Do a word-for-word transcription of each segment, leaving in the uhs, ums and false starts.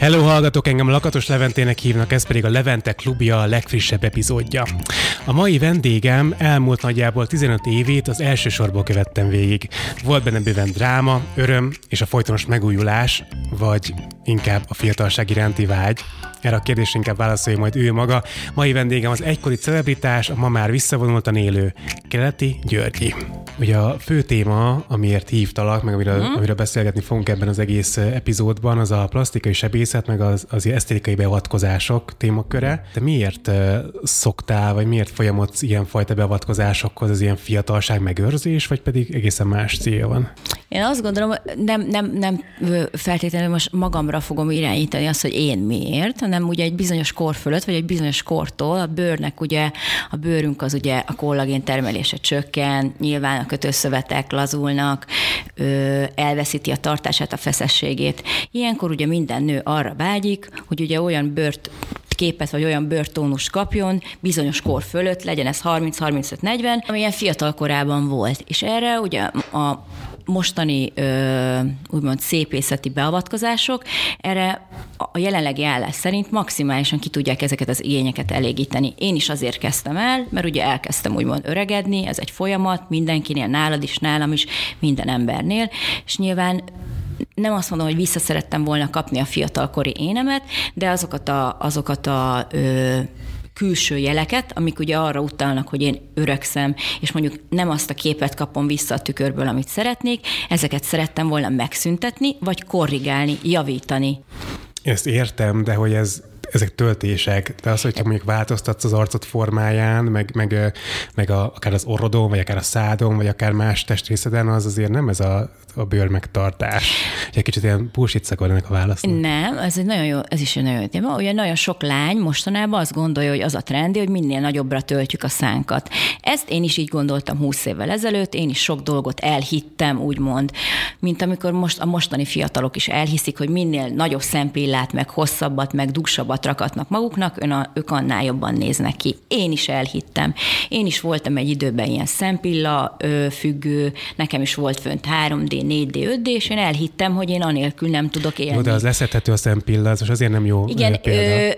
Hello, hallgatók, engem Lakatos Leventének hívnak, ez pedig a Levente Klubja a legfrissebb epizódja. A mai vendégem elmúlt nagyjából tizenöt évét az első sorból követtem végig. Volt benne bőven dráma, öröm és a folytonos megújulás, vagy inkább a fiatalság iránti vágy. Erre a kérdésre inkább válaszolja majd ő maga. Mai vendégem az egykori celebritás, a ma már visszavonultan élő Keleti Györgyi. Ugye a fő téma, amiért hívtalak, meg amiről, hmm. amiről beszélgetni fogunk ebben az egész epizódban, az a plastikai sebészet, meg az, az esztétikai beavatkozások témaköre. De miért uh, szoktál, vagy miért folyamodsz ilyenfajta beavatkozásokhoz, az ilyen fiatalság megőrzés, vagy pedig egészen más célja van? Én azt gondolom, nem, nem, nem feltétlenül most magamra fogom irányítani azt, hogy én miért, hanem ugye egy bizonyos kor fölött, vagy egy bizonyos kortól a bőrnek ugye, a bőrünk az ugye a kollagén termelése csökken, nyilván a kötőszövetek lazulnak, elveszíti a tartását, a feszességét. Ilyenkor ugye minden nő arra vágyik, hogy ugye olyan bőrt képet, vagy olyan bőrtónust kapjon bizonyos kor fölött, legyen ez harminc harmincöt negyven, amilyen fiatal korában volt. És erre ugye a mostani ö, úgymond szépészeti beavatkozások erre a jelenlegi állás szerint maximálisan ki tudják ezeket az igényeket elégíteni. Én is azért kezdtem el, mert ugye elkezdtem úgymond öregedni, ez egy folyamat, mindenkinél, nálad is, nálam is, minden embernél, és nyilván nem azt mondom, hogy vissza szerettem volna kapni a fiatalkori énemet, de azokat a, azokat a ö, külső jeleket, amik ugye arra utalnak, hogy én öregszem, és mondjuk nem azt a képet kapom vissza a tükörből, amit szeretnék, ezeket szerettem volna megszüntetni, vagy korrigálni, javítani. Ezt értem, de hogy ez ezek töltések, de az, hogyha mondjuk változtatsz az arcod formáján, meg, meg, meg a, akár az orrodon, vagy akár a szádon, vagy akár más testrészeden, az azért nem ez a, a bőr megtartás. Egy kicsit ilyen bullshit szakad ennek a válasznak. Nem, ez egy nagyon jó, ez is egy nagyon jó téma. Ugye nagyon sok lány mostanában azt gondolja, hogy az a trendi, hogy minél nagyobbra töltjük a szánkat. Ezt én is így gondoltam húsz évvel ezelőtt, én is sok dolgot elhittem, úgymond, mint amikor most a mostani fiatalok is elhiszik, hogy minél nagyobb szempillát, meg hosszabbat, meg dugsabbat rakatnak maguknak, ön a, ők annál jobban néznek ki. Én is elhittem. Én is voltam egy időben ilyen szempilla ö, függő, nekem is volt fönt három dé, négy dé, öt dé, és én elhittem, hogy én anélkül nem tudok élni. Jó, de az leszedhető a szempilla, az azért nem jó. Igen, ö,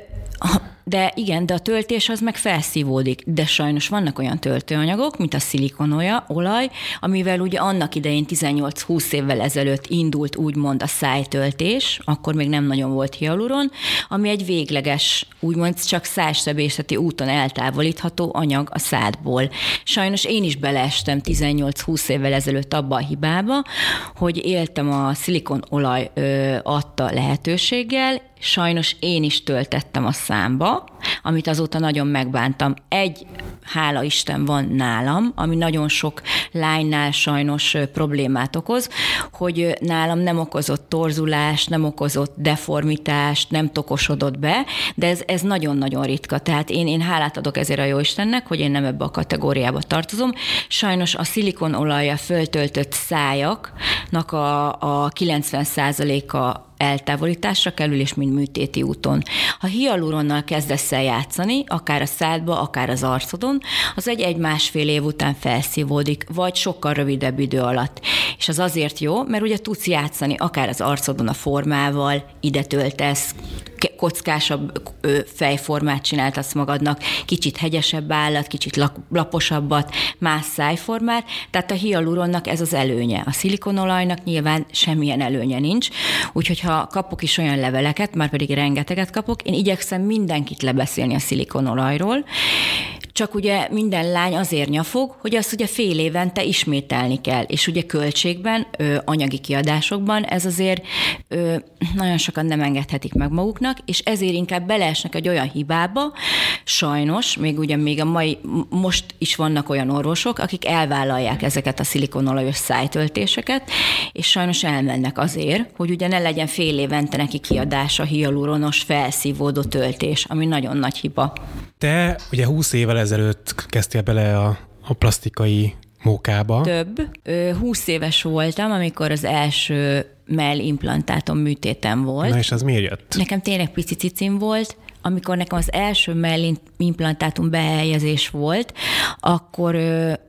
de igen, de a töltés az meg felszívódik. De sajnos vannak olyan töltőanyagok, mint a szilikonolaj, amivel ugye annak idején tizennyolc-húsz évvel ezelőtt indult úgymond a szájtöltés, akkor még nem nagyon volt hialuron, ami egy végleges, úgymond csak szájsebészeti úton eltávolítható anyag a szádból. Sajnos én is beleestem tizennyolc-húsz évvel ezelőtt abba a hibába, hogy éltem a szilikonolaj ö, adta lehetőséggel, sajnos én is töltettem a számba, amit azóta nagyon megbántam. Egy, hála Isten van nálam, ami nagyon sok lánynál sajnos problémát okoz, hogy nálam nem okozott torzulást, nem okozott deformitást, nem tokosodott be, de ez, ez nagyon-nagyon ritka. Tehát én, én hálát adok ezért a Jóistennek, hogy én nem ebbe a kategóriába tartozom. Sajnos a szilikonolajjal föltöltött szájaknak a, a kilencven százaléka eltávolításra kerül, és mind műtéti úton. Ha hialuronnal kezdesz el játszani, akár a szádba, akár az arcodon, az egy egy-másfél év után felszívódik, vagy sokkal rövidebb idő alatt. És az azért jó, mert ugye tudsz játszani akár az arcodon a formával, ide töltesz, kockásabb fejformát csináltasz magadnak, kicsit hegyesebb állat, kicsit laposabbat, más szájformát, tehát a hialuronnak ez az előnye. A szilikonolajnak nyilván semmilyen előnye nincs, úgyhogy ha kapok is olyan leveleket, már pedig rengeteget kapok, én igyekszem mindenkit lebeszélni a szilikonolajról, csak ugye minden lány azért nyafog, hogy azt ugye fél évente ismételni kell, és ugye költségben, ö, anyagi kiadásokban ez azért ö, nagyon sokan nem engedhetik meg maguknak, és ezért inkább beleesnek egy olyan hibába, sajnos, még ugye még a mai, most is vannak olyan orvosok, akik elvállalják ezeket a szilikonolajos szájtöltéseket, és sajnos elmennek azért, hogy ugye ne legyen fél évente neki kiadása hialuronos felszívódó töltés, ami nagyon nagy hiba. Te ugye húsz évvel ezelőtt kezdtél bele a, a plastikai mókába. Több. húsz éves voltam, amikor az első mellimplantátum műtétem volt. Na és az miért jött? Nekem tényleg pici cicim volt. Amikor nekem az első mellimplantátum behelyezés volt, akkor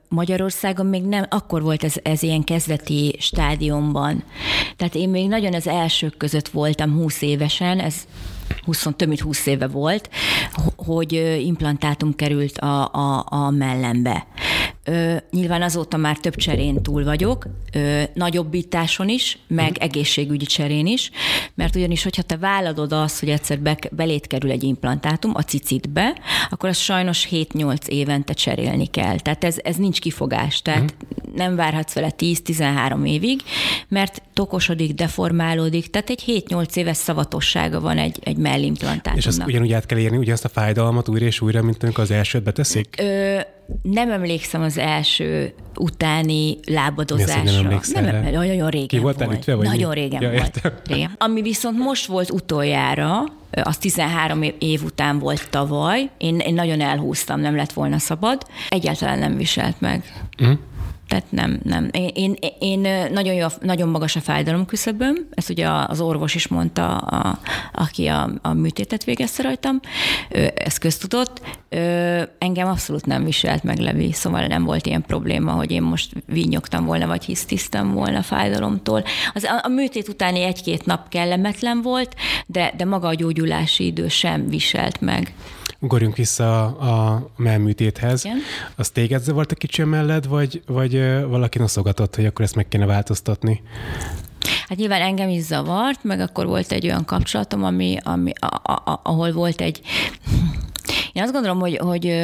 Magyarországon még nem, akkor volt ez, ez ilyen kezdeti stádiumban. Tehát én még nagyon az elsők között voltam húsz évesen, ez húsz, több mint húsz éve volt, hogy implantátum került a, a, a mellembe. Ö, nyilván azóta már több cserén túl vagyok, ö, nagyobbításon is, meg egészségügyi cserén is, mert ugyanis, hogyha te vállalod azt, hogy egyszer be, belét kerül egy implantátum a cicitbe, akkor az sajnos hét-nyolc évente cserélni kell. Tehát ez, ez nincs kifogás, tehát hmm. nem várhatsz vele tíz-tizenhárom évig, mert tokosodik, deformálódik, tehát egy hét-nyolc éves szavatossága van egy, egy mellimplantátumnak. És azt ugyanúgy át kell érni, ugyanazt a fájdalmat újra és újra, mint amikor az elsőt beteszik? Ö, nem emlékszem az első utáni lábadozásra. Mi az, nem emlékszel nem, nem, nagyon régen Ki voltál volt. Ütve, vagy nagyon mi? régen ja, volt. Régen. Ami viszont most volt utoljára, az tizenhárom év után volt tavaly. Én, én nagyon elhúztam, nem lett volna szabad. Egyáltalán nem viselt meg. Uh-huh. Tehát nem, nem. Én, én, én nagyon, jó, nagyon magas a fájdalom küszöböm, ezt ugye az orvos is mondta, a, aki a, a műtétet végezte rajtam, ez köztudott. Engem abszolút nem viselt meg, Levi, szóval nem volt ilyen probléma, hogy én most vinnyogtam volna, vagy hisztisztem volna fájdalomtól. Az, a, a műtét utáni egy-két nap kellemetlen volt, de, de maga a gyógyulási idő sem viselt meg. Ugorjunk vissza a mellműtéthez. Igen. Az téged zavart a kicsi mellett, vagy, vagy valaki noszogatott, hogy akkor ezt meg kéne változtatni? Hát nyilván engem is zavart, meg akkor volt egy olyan kapcsolatom, ami, ami, a, a, ahol volt egy... Én azt gondolom, hogy, hogy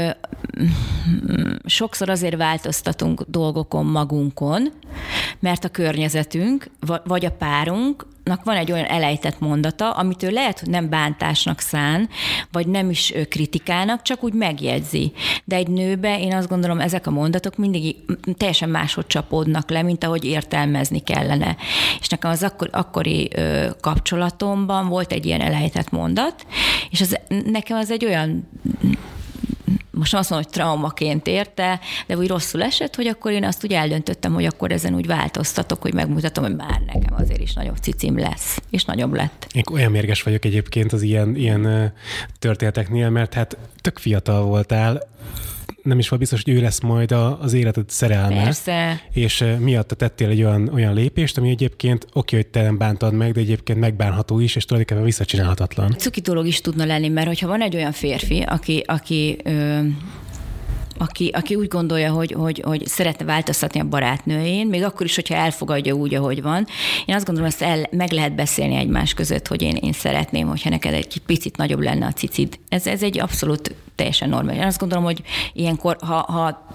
sokszor azért változtatunk dolgokon magunkon, mert a környezetünk, vagy a párunknak van egy olyan elejtett mondata, amitől lehet, hogy nem bántásnak szán, vagy nem is kritikának, csak úgy megjegyzi. De egy nőbe én azt gondolom, ezek a mondatok mindig teljesen máshogy csapódnak le, mint ahogy értelmezni kellene. És nekem az akkor, akkori ö, kapcsolatomban volt egy ilyen elejtett mondat, és az, nekem az egy olyan... most nem azt mondom, hogy traumaként érte, de úgy rosszul esett, hogy akkor én azt úgy eldöntöttem, hogy akkor ezen úgy változtatok, hogy megmutatom, hogy már nekem azért is nagyobb cicim lesz, és nagyobb lett. Én olyan mérges vagyok egyébként az ilyen, ilyen történeteknél, mert hát tök fiatal voltál, nem is volt biztos, hogy ő lesz majd a, az életed szerelme. Persze. És miatta tettél egy olyan, olyan lépést, ami egyébként oké, hogy te nem bántad meg, de egyébként megbánható is, és tulajdonképpen visszacsinálhatatlan. Cuki dolog is tudna lenni, mert hogyha van egy olyan férfi, aki, aki ö, Aki, aki úgy gondolja, hogy, hogy, hogy szeretne változtatni a barátnőjén, még akkor is, hogyha elfogadja úgy, ahogy van. Én azt gondolom, ezt el, meg lehet beszélni egymás között, hogy én, én szeretném, hogyha neked egy picit nagyobb lenne a cicid. Ez, ez egy abszolút teljesen normális. Én azt gondolom, hogy ilyenkor, ha, ha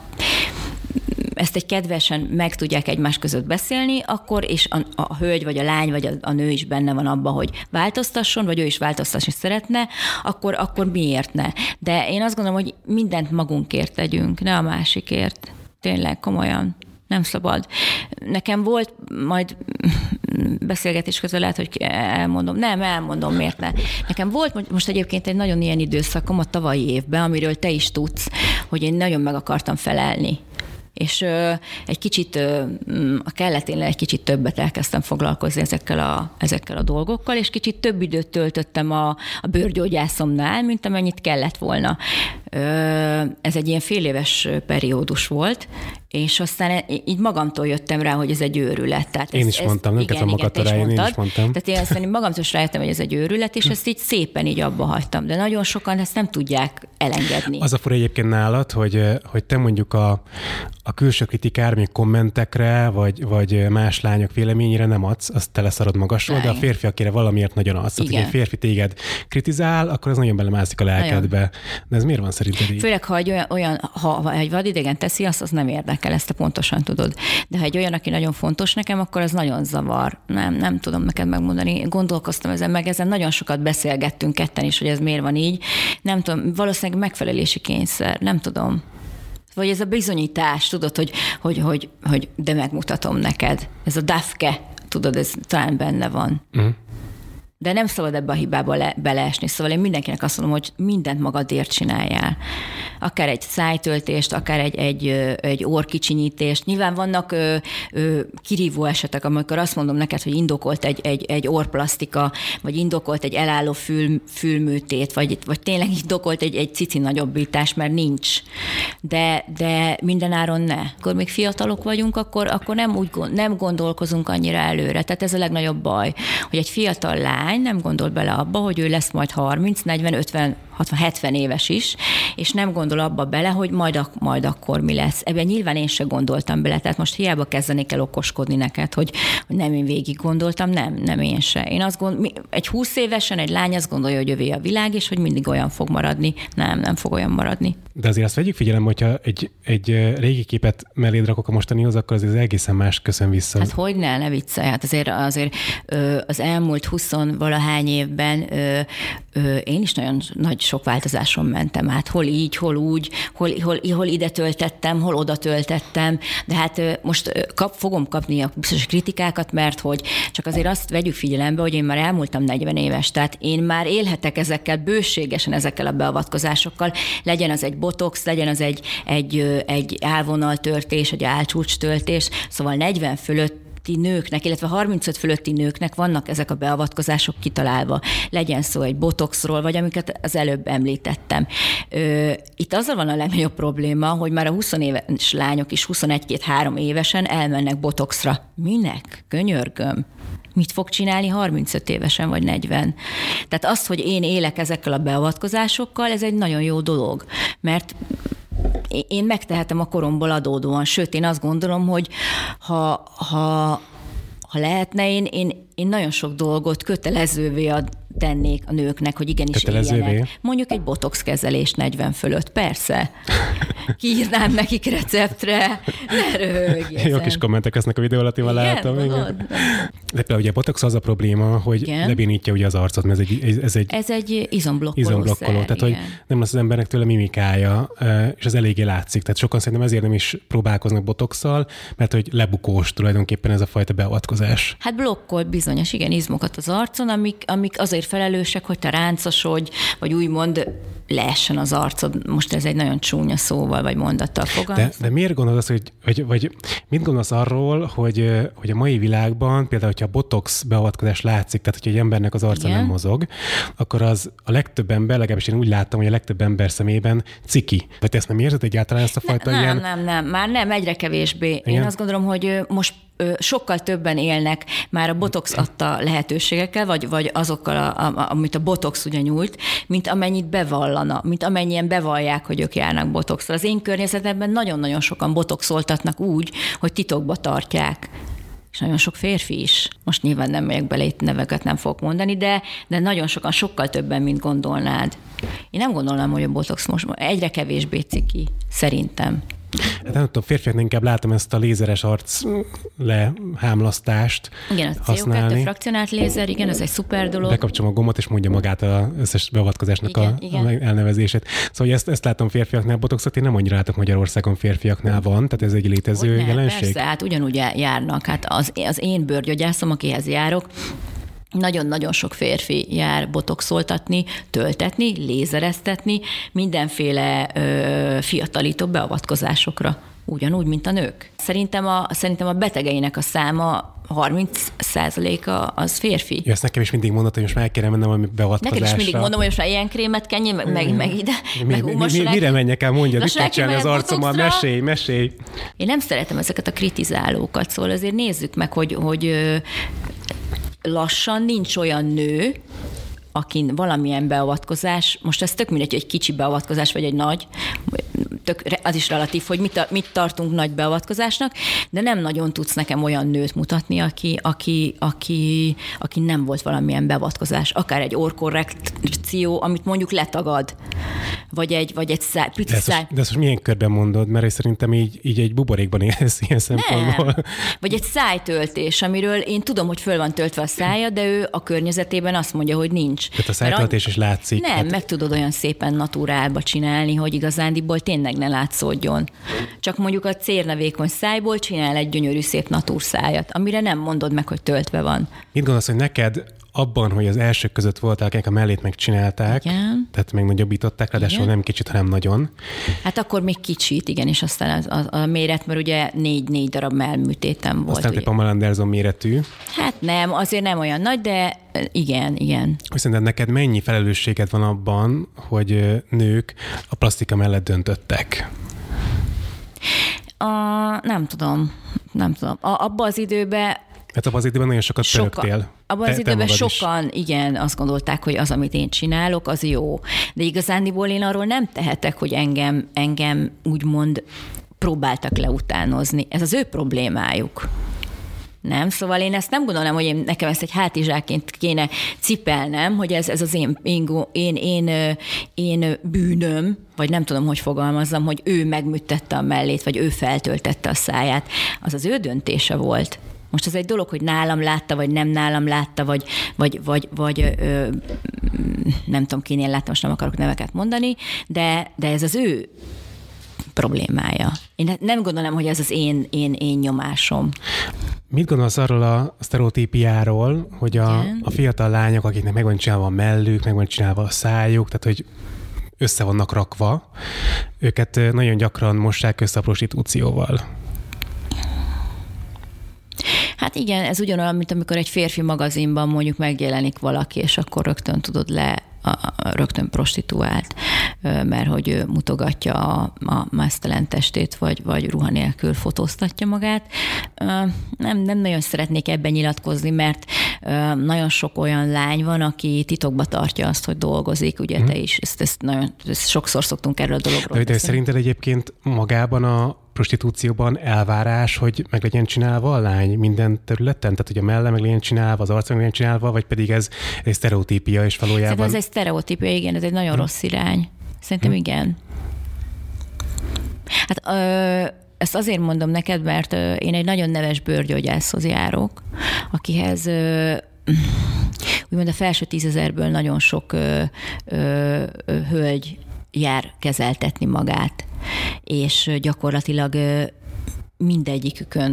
ezt egy kedvesen meg tudják egymás között beszélni, akkor, és a, a hölgy, vagy a lány, vagy a, a nő is benne van abban, hogy változtasson, vagy ő is változtatni szeretne, akkor, akkor miért ne? De én azt gondolom, hogy mindent magunkért tegyünk, ne a másikért. Tényleg, komolyan. Nem szabad. Nekem volt, majd beszélgetés közben lehet, hogy elmondom. Nem, elmondom, miért ne. Nekem volt most egyébként egy nagyon ilyen időszakom a tavalyi évben, amiről te is tudsz, hogy én nagyon meg akartam felelni. És ö, egy kicsit ö, a kelleténél egy kicsit többet elkezdtem foglalkozni ezekkel a, ezekkel a dolgokkal, és kicsit több időt töltöttem a, a bőrgyógyászomnál, mint amennyit kellett volna. Ö, ez egy ilyen fél éves periódus volt, és aztán így magamtól jöttem rá, hogy ez egy őrület. Tehát én ez, is mondtam, nem kezdtem magadra rá, én is mondtam. Tehát én aztán magamtól is rájöttem, hogy ez egy őrület, és ezt így szépen így abba hagytam. De nagyon sokan ezt nem tudják elengedni. Az a fura egyébként nálad, hogy, hogy te mondjuk a, a külső kritikára, még kommentekre, vagy, vagy más lányok véleményére nem adsz, azt te leszarod magasról, de a férfi, akire valamiért nagyon adsz. Tehát, hogy egy férfi téged kritizál, akkor az nagyon belemászik a lelkedbe. Nagyon. De ez miért van szerinted így? Főleg, ha egy olyan, olyan ha egy vadidegen teszi, azt az nem érdekel, ezt te pontosan tudod. De ha egy olyan, aki nagyon fontos nekem, akkor az nagyon zavar. Nem, nem tudom neked megmondani. Gondolkoztam ezen, meg ezen nagyon sokat beszélgettünk ketten is, hogy ez miért van így. Nem tudom, valószínűleg megfelelési kényszer, nem tudom. Vagy ez a bizonyítás, tudod, hogy, hogy, hogy, hogy de megmutatom neked. Ez a dafke, tudod, ez talán benne van. Uh-huh. De nem szabad ebbe a hibába le, beleesni. Szóval én mindenkinek azt mondom, hogy mindent magadért csináljál. Akár egy szájtöltést, akár egy, egy, egy orrkicsinyítést. Nyilván vannak ö, ö, kirívó esetek, amikor azt mondom neked, hogy indokolt egy, egy, egy orrplasztika, vagy indokolt egy elálló fül, fülműtét, vagy, vagy tényleg indokolt egy, egy cici nagyobbítás, mert nincs. De, de mindenáron ne. Akkor még fiatalok vagyunk, akkor, akkor nem, úgy, nem gondolkozunk annyira előre. Tehát ez a legnagyobb baj, hogy egy fiatal lány nem gondol bele abba, hogy ő lesz majd harminc, negyven, ötven, hatvan, hetven éves is, és nem gondol abba bele, hogy majd, ak- majd akkor mi lesz. Ebben nyilván én se gondoltam bele, tehát most hiába kezdenék el okoskodni neked, hogy, hogy nem én végig gondoltam, nem, nem én se. Én azt gondolom, egy húsz évesen egy lány azt gondolja, hogy övé a világ, és hogy mindig olyan fog maradni. Nem, nem fog olyan maradni. De azért azt vegyük figyelembe, hogyha egy, egy régi képet melléd rakok a mostanihoz, akkor azért egészen más köszön vissza. Hát hogy ne, ne viccelj. Hát azért, azért az elmúlt huszonvalahány évben én is nagyon nagy sok változáson mentem át. Hol így, hol úgy, hol, hol, hol ide töltettem, hol oda töltettem. De hát most kap, fogom kapni a biztos kritikákat, mert hogy csak azért azt vegyük figyelembe, hogy én már elmúltam negyven éves, tehát én már élhetek ezekkel bőségesen, ezekkel a beavatkozásokkal. Legyen az egy botox, legyen az egy, egy, egy állvonaltöltés, egy állcsúcstöltés, szóval negyven fölött nőknek, illetve harmincöt fölötti nőknek vannak ezek a beavatkozások kitalálva. Legyen szó egy botoxról, vagy amiket az előbb említettem. Itt azzal van a legnagyobb probléma, hogy már a húsz éves lányok is huszonegy-két-három évesen elmennek botoxra. Minek? Könyörgöm. Mit fog csinálni harmincöt évesen vagy negyven? Tehát az, hogy én élek ezekkel a beavatkozásokkal, ez egy nagyon jó dolog, mert én megtehetem a koromból adódóan, sőt, én azt gondolom, hogy ha, ha, ha lehetne, én, én, én nagyon sok dolgot kötelezővé ad, tennék a nőknek, hogy igenis éljenek. Mondjuk egy botox kezelés negyven fölött, persze. Kiírnám nekik receptre, ne röhögj. Jó kis kommentek lesznek a videó alatt, én már látom. Igen. De például ugye a botox az a probléma, hogy igen, lebénítja ugye az arcot, mert ez egy, ez egy, ez egy izomblokkoló, izomblokkoló szer, tehát igen, hogy nem lesz az embernek tőle mimikája, és az eléggé látszik. Tehát sokan szerintem ezért nem is próbálkoznak botoxszal, mert hogy lebukós tulajdonképpen ez a fajta beavatkozás. Hát blokkol bizonyos, igen, izmokat az arcon, amik, amik azért felelősek, hogy te ráncosodj, vagy úgymond leessen az arcod. Most ez egy nagyon csúnya szóval, vagy mondattal fogalmaz. De, de miért gondolod azt, hogy, vagy, vagy mit gondolsz arról, hogy, hogy a mai világban, például, hogyha a botox beavatkozás látszik, tehát hogyha egy embernek az arca igen, nem mozog, akkor az a legtöbb ember, legalábbis én úgy láttam, hogy a legtöbb ember szemében ciki. Vagy te ezt nem érzed egyáltalán ezt a fajta nem, ilyen... Nem, nem, nem, már nem, egyre kevésbé. Igen? Én azt gondolom, hogy most sokkal többen élnek már a botox adta lehetőségekkel, vagy, vagy azokkal, a, a, amit a botox ugye nyújt, mint amennyit bevallana, mint amennyien bevallják, hogy ők járnak botoxra. Az én környezetemben nagyon-nagyon sokan botoxoltatnak úgy, hogy titokba tartják. És nagyon sok férfi is. Most nyilván nem megyek bele, itt neveket nem fogok mondani, de, de nagyon sokan, sokkal többen, mint gondolnád. Én nem gondolnám, hogy a botox most egyre kevésbé ciki, szerintem. Hát nem tudom, férfiaknak inkább látom ezt a lézeres arc lehámlasztást igen, a cé o kettő frakcionált lézer, igen, ez egy szuper dolog. Bekapcsolom a gombot, és mondja magát az összes beavatkozásnak igen, a, igen. a elnevezését. Szóval ezt, ezt látom férfiaknál, botoxot én nem annyira látok Magyarországon férfiaknál van, tehát ez egy létező ne, jelenség. Persze, hát ugyanúgy járnak. Hát az, az én bőrgyógyászom, akihez járok, nagyon-nagyon sok férfi jár botoxoltatni, töltetni, lézereztetni, mindenféle ö, fiatalító beavatkozásokra. Ugyanúgy, mint a nők. Szerintem a, szerintem a betegeinek a száma harminc százaléka az férfi. Ja, ezt nekem is mindig mondod, hogy most meg kéne mennem valami beavatkozásra. Neked is mindig mondom, hogy most már ilyen krémet kenjél, meg, meg, meg ide. Mi, meg mi, mi, mire menjek el, mondjad, mit kell csinálni az arcommal, mesélj, mesélj. Én nem szeretem ezeket a kritizálókat, szóval azért nézzük meg, hogy, hogy lassan nincs olyan nő, akin valamilyen beavatkozás, most ez tök mindegy, hogy egy kicsi beavatkozás, vagy egy nagy, tök, az is relatív, hogy mit, mit tartunk nagy beavatkozásnak, de nem nagyon tudsz nekem olyan nőt mutatni, aki, aki, aki, aki nem volt valamilyen beavatkozás. Akár egy orrkorrekció, amit mondjuk letagad, vagy egy, vagy egy szá, pici de száj. Most, de ezt most milyen körben mondod? Mert szerintem így, így egy buborékban élsz ilyen szempontból. Nem. Vagy egy szájtöltés, amiről én tudom, hogy föl van töltve a szája, de ő a környezetében azt mondja, hogy nincs. Tehát a szájtöltés is látszik. Nem, hát... meg tudod olyan szépen naturálba csinálni, hogy igazándiból tényleg ne látszódjon. Csak mondjuk a cérnavékony szájból csinál egy gyönyörű szép natúrszájat, amire nem mondod meg, hogy töltve van. Mit gondolsz, hogy neked abban, hogy az elsők között voltak, akik a mellét megcsinálták, igen. Tehát megnagyobbították, ráadásul nem kicsit, hanem nagyon. Hát akkor még kicsit, igen, és aztán az, az, a méret, mert ugye négy-négy darab mellműtétem volt. Aztán egy Pamela Anderson méretű. Hát nem, azért nem olyan nagy, de igen, igen. Szerinted neked mennyi felelősséged van abban, hogy nők a plasztika mellett döntöttek? A, nem tudom, nem tudom. A, abba az időben Hát abban az időben nagyon sokat Soka, pörögtél. Abban az időben sokan, is. igen, azt gondolták, hogy az, amit én csinálok, az jó. De igazándiból én arról nem tehetek, hogy engem, engem úgymond próbáltak leutánozni. Ez az ő problémájuk. Nem? Szóval én ezt nem gondolom, hogy én, nekem ezt egy hátizsáként kéne cipelnem, hogy ez, ez az én, én, én, én, én bűnöm, vagy nem tudom, hogy fogalmazzam, hogy ő megműtette a mellét, vagy ő feltöltette a száját. Az az ő döntése volt. Most az egy dolog, hogy nálam látta, vagy nem nálam látta, vagy, vagy, vagy, vagy ö, nem tudom, kinél láttam, most nem akarok neveket mondani, de, de ez az ő problémája. Én nem gondolom, hogy ez az én, én, én nyomásom. Mit gondolsz arról a sztereotípiáról, hogy a, a fiatal lányok, akiknek meg van csinálva a mellük, meg van csinálva a szájuk, tehát hogy össze vannak rakva, őket nagyon gyakran mossák össze a prostitúcióval? Hát igen, ez ugyanolyan, mint amikor egy férfi magazinban mondjuk megjelenik valaki, és akkor rögtön tudod le, a, a, rögtön prostituált, mert hogy ő mutogatja a, a mesztelen testét, vagy, vagy ruha nélkül fotóztatja magát. Nem, nem nagyon szeretnék ebben nyilatkozni, mert nagyon sok olyan lány van, aki titokba tartja azt, hogy dolgozik, ugye hmm. te is, ezt, ezt nagyon ezt sokszor szoktunk erről a dologról de, de szerinted egyébként magában a prostitúcióban elvárás, hogy meg legyen csinálva a lány minden területen? Tehát, hogy a melle meg legyen csinálva, az arca meg legyen csinálva, vagy pedig ez egy sztereotípia és valójában... Szerintem ez egy sztereotípia, igen, ez egy nagyon hmm. rossz irány. Szerintem hmm. igen. Hát ö, ezt azért mondom neked, mert ö, én egy nagyon neves bőrgyógyászhoz járok, akihez ö, úgymond a felső tízezerből nagyon sok ö, ö, ö, hölgy jár kezeltetni magát, és gyakorlatilag mindegyikükön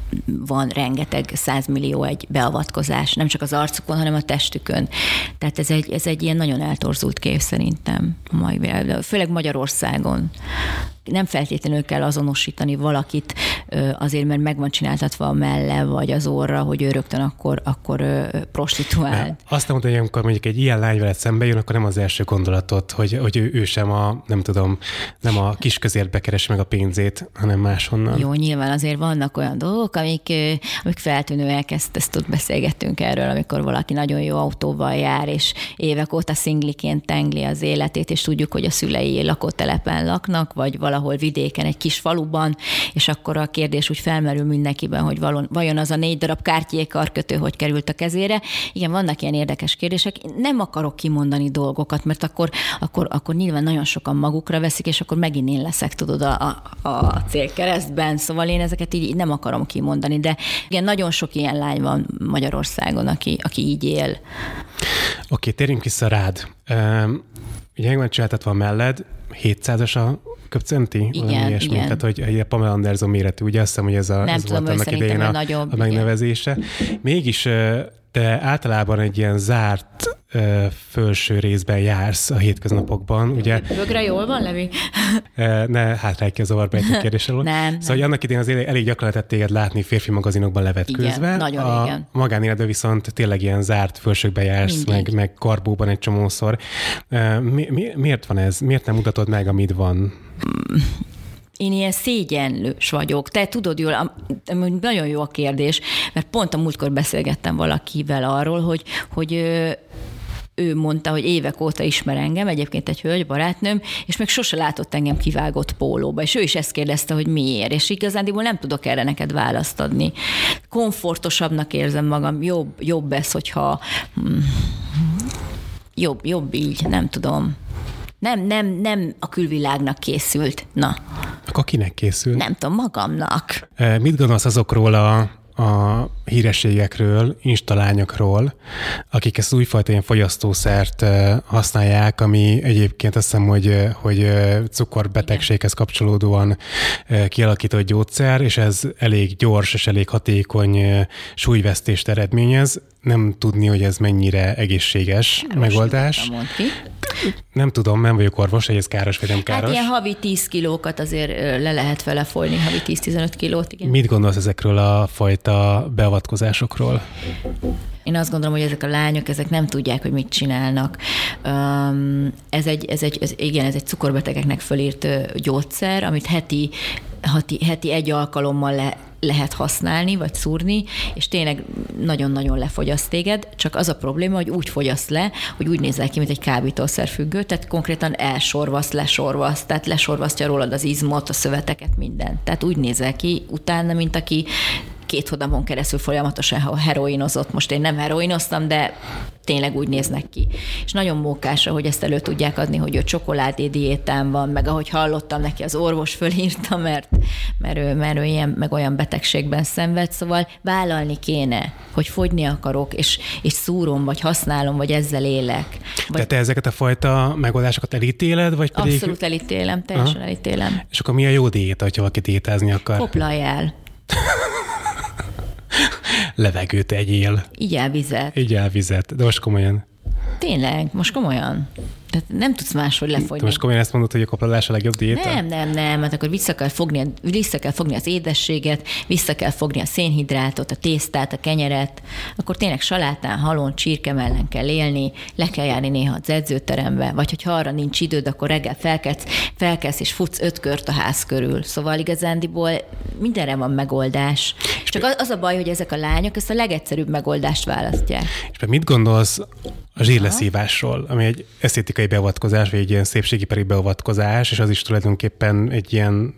van rengeteg százmillió egy beavatkozás, nem csak az arcukon, hanem a testükön. Tehát ez egy, ez egy ilyen nagyon eltorzult kép szerintem, főleg Magyarországon. Nem feltétlenül kell azonosítani valakit azért, mert meg van csináltatva a melle, vagy az orra, hogy ő rögtön akkor, akkor prostituál. Azt mondta, hogy amikor mondjuk egy ilyen lány veled szembe jön, akkor nem az első gondolatot, hogy, hogy ő, ő sem a, nem tudom, nem a kis közértbe keresi meg a pénzét, hanem máshonnan. Jó, nyilván azért vannak olyan dolgok, amik, amik feltűnőek, ezt, ezt tud beszélgettünk erről, amikor valaki nagyon jó autóval jár, és évek óta szingliként tengli az életét, és tudjuk, hogy a szülei lakótelepen laknak, vagy valahol vidéken, egy kis faluban, és akkor a kérdés úgy felmerül mindenkiben, hogy valon, vajon az a négy darab Cartier karkötő hogy került a kezére. Igen, vannak ilyen érdekes kérdések. Nem akarok kimondani dolgokat, mert akkor, akkor, akkor nyilván nagyon sokan magukra veszik, és akkor megint én leszek, tudod, a, a, a célkeresztben. Szóval én ezeket így nem akarom kimondani, de igen, nagyon sok ilyen lány van Magyarországon, aki, aki így él. Oké, okay, térjünk vissza rád. Um, ugye megvan csináltatva a melled, hétszázas a köpcenti? Igen, ilyesmi. igen. Tehát, hogy a Pamela Anderson méretű, ugye azt hiszem, hogy ez, a, nem ez tudom, volt annak idején a, nagyobb, a megnevezése. Igen. Mégis te általában egy ilyen zárt uh, felső részben jársz a hétköznapokban, ugye? Bögre jól van, Levi? Uh, ne hátrálj ki a zavarba egy kérdés alól. Nem. Szóval nem. Annak idején azért elég gyakran lehetett téged látni férfi magazinokban levetkőzve. Igen, nagyon a igen. magánéletben viszont tényleg ilyen zárt felsőkbe jársz, meg, meg karbóban egy csomószor. Uh, mi, mi, miért van ez? Miért nem mutatod meg, amit van? Én ilyen szégyenlős vagyok. Te tudod jól, nagyon jó a kérdés, mert pont a múltkor beszélgettem valakivel arról, hogy, hogy ő mondta, hogy évek óta ismer engem, egyébként egy hölgy, barátnőm, és még sose látott engem kivágott pólóba, és ő is ezt kérdezte, hogy miért, és igazándiból nem tudok erre neked választ adni. Komfortosabbnak érzem magam, jobb, jobb ez, hogyha jobb, jobb így, nem tudom. Nem, nem, nem a külvilágnak készült. Na. Akkor kinek készül? Nem tudom, magamnak. Mit gondolsz azokról a a hírességekről, instalányokról, akik ezt újfajta ilyen fogyasztószert használják, ami egyébként azt hiszem, hogy, hogy cukorbetegséghez kapcsolódóan kialakított gyógyszer, és ez elég gyors és elég hatékony súlyvesztést eredményez. Nem tudni, hogy ez mennyire egészséges Most megoldás. Nem tudom, nem vagyok orvos, hogy ez káros vagy nem káros. Hát ilyen havi tíz kilókat azért le lehet vele folyni, havi tíz-tizenöt kilót, igen. Mit gondolsz ezekről a fajta beavatkozásokról? Én azt gondolom, hogy ezek a lányok, ezek nem tudják, hogy mit csinálnak. Ez egy, ez egy, ez, igen, ez egy cukorbetegeknek fölírt gyógyszer, amit heti, heti, heti egy alkalommal le, lehet használni, vagy szúrni, és tényleg nagyon-nagyon lefogyaszt téged, csak az a probléma, hogy úgy fogyaszt le, hogy úgy nézel ki, mint egy kábítószerfüggő, tehát konkrétan elsorvaszt, lesorvaszt, tehát lesorvasztja rólad az izmot, a szöveteket, mindent. Tehát úgy nézel ki utána, mint aki két hónapon keresztül folyamatosan heroinozott. Most én nem heroinoztam, de tényleg úgy néznek ki. És nagyon mókásra, hogy ezt elő tudják adni, hogy ő csokoládé diétán van, meg ahogy hallottam, neki az orvos fölírta, mert, mert, ő, mert ő ilyen, meg olyan betegségben szenved, szóval vállalni kéne, hogy fogyni akarok, és, és szúrom, vagy használom, vagy ezzel élek. Vagy... Tehát te ezeket a fajta megoldásokat elítéled, vagy pedig... Abszolút elítélem, teljesen Aha. elítélem. És akkor mi a jó diéta, hogyha valaki diétázni akar? Koplalj el. Levegőt egyél. Igyál vizet. Igyál vizet. De most komolyan. Tényleg? Most komolyan? Tehát nem tudsz máshogy lefogyni. Te most komolyan ezt mondod, hogy a koplalás a legjobb diéta? Nem, nem, nem. Hát akkor vissza kell fogni, vissza kell fogni az édességet, vissza kell fogni a szénhidrátot, a tésztát, a kenyeret. Akkor tényleg salátán, halon, csirke mellett kell élni, le kell járni néha az edzőterembe, vagy hogyha arra nincs időd, akkor reggel felkelsz, felkelsz és futsz öt kört a ház körül. Szóval igazándiból mindenre van megoldás. És csak az, az a baj, hogy ezek a lányok ezt a legegyszerűbb megoldást választják. És mit gondolsz a zsírleszívásról, ami egy esztétikai beavatkozás, vagy egy ilyen szépségipari beavatkozás, és az is tulajdonképpen egy ilyen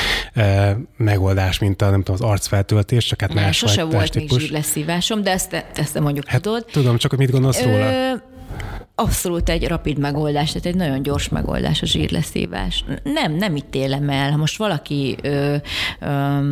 e, megoldás, mint a, nem tudom, az arcfeltöltés, csak hát más sose vagy volt még zsírleszívásom, de ezt, ezt nem mondjuk hát, tudod. Tudom, csak hogy mit gondolsz Ö... róla? Abszolút egy rapid megoldás, tehát egy nagyon gyors megoldás a zsírleszívás. Nem, nem ítélem el. Ha most valaki ö, ö,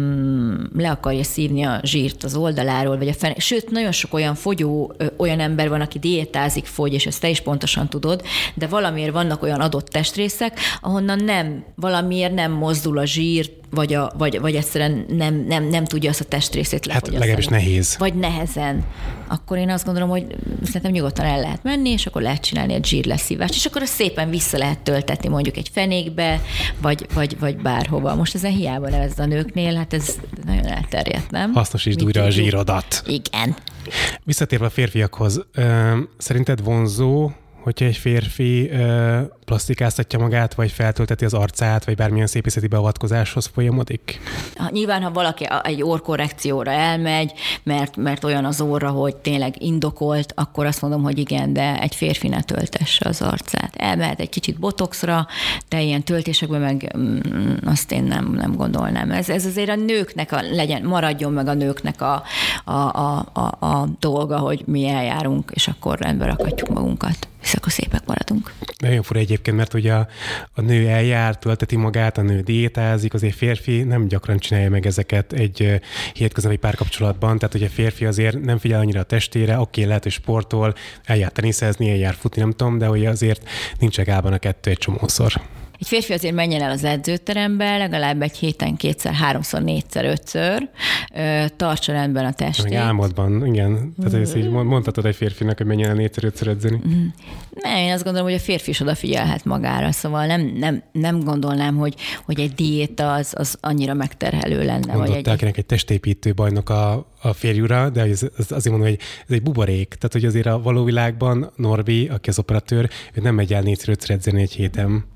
le akarja szívni a zsírt az oldaláról, vagy a fene... Sőt, nagyon sok olyan fogyó, ö, olyan ember van, aki diétázik, fogy, és ezt te is pontosan tudod, de valamiért vannak olyan adott testrészek, ahonnan nem, valamiért nem mozdul a zsír, vagy, a, vagy, vagy egyszerűen nem, nem, nem tudja azt a testrészét lefogyasztani. Hát legalábbis nehéz. Vagy nehezen. Akkor én azt gondolom, hogy szerintem nyugodtan el lehet menni, és akkor lehet csinálni egy zsírleszívást, és akkor azt szépen vissza lehet töltetni mondjuk egy fenékbe, vagy, vagy, vagy bárhova. Most ezen hiába nevezd a nőknél, hát ez nagyon elterjedt, nem? Hasznosítsd újra a zsírodat. Igen. Visszatérve a férfiakhoz, szerinted vonzó, hogyha egy férfi ö, plastikáztatja magát, vagy feltölteti az arcát, vagy bármilyen szépészeti beavatkozáshoz folyamodik? Nyilván, ha valaki egy orrkorrekcióra elmegy, mert, mert olyan az orra, hogy tényleg indokolt, akkor azt mondom, hogy igen, de egy férfi ne töltesse az arcát. Elmehet egy kicsit botoxra, de ilyen töltésekben meg mm, azt én nem, nem gondolnám. Ez, ez azért a nőknek a, legyen, maradjon meg a nőknek a, a, a, a, a dolga, hogy mi eljárunk, és akkor rendbe rakatjuk magunkat. És akkor szépek maradunk. Nagyon fura egyébként, mert ugye a, a nő eljár, tölteti magát, a nő diétázik, azért férfi nem gyakran csinálja meg ezeket egy uh, hétköznapi párkapcsolatban, tehát ugye a férfi azért nem figyel annyira a testére, oké, lehet, hogy sportol, eljár teniszezni, eljár futni, nem tudom, de ugye azért nincs egálban a kettő egy csomószor. Egy férfi azért menjen el az edzőterembe, legalább egy héten kétszer, háromszor, négyszer, ötször, tartsa rendben a testét. Meg álmodban, igen. Tehát ezt így mondhatod egy férfinak, hogy menjen el négyszer, ötször edzeni. Nem, én azt gondolom, hogy a férfi is odafigyelhet magára, szóval nem, nem, nem gondolnám, hogy, hogy egy diéta az, az annyira megterhelő lenne. Mondott vagy egy... egy testépítő bajnok a, a férjúra, de az, az azért mondom, hogy ez egy buborék. Tehát, hogy azért a való világban Norbi, aki az operatőr, ő nem megy el négyszer, ötször edzeni egy héten.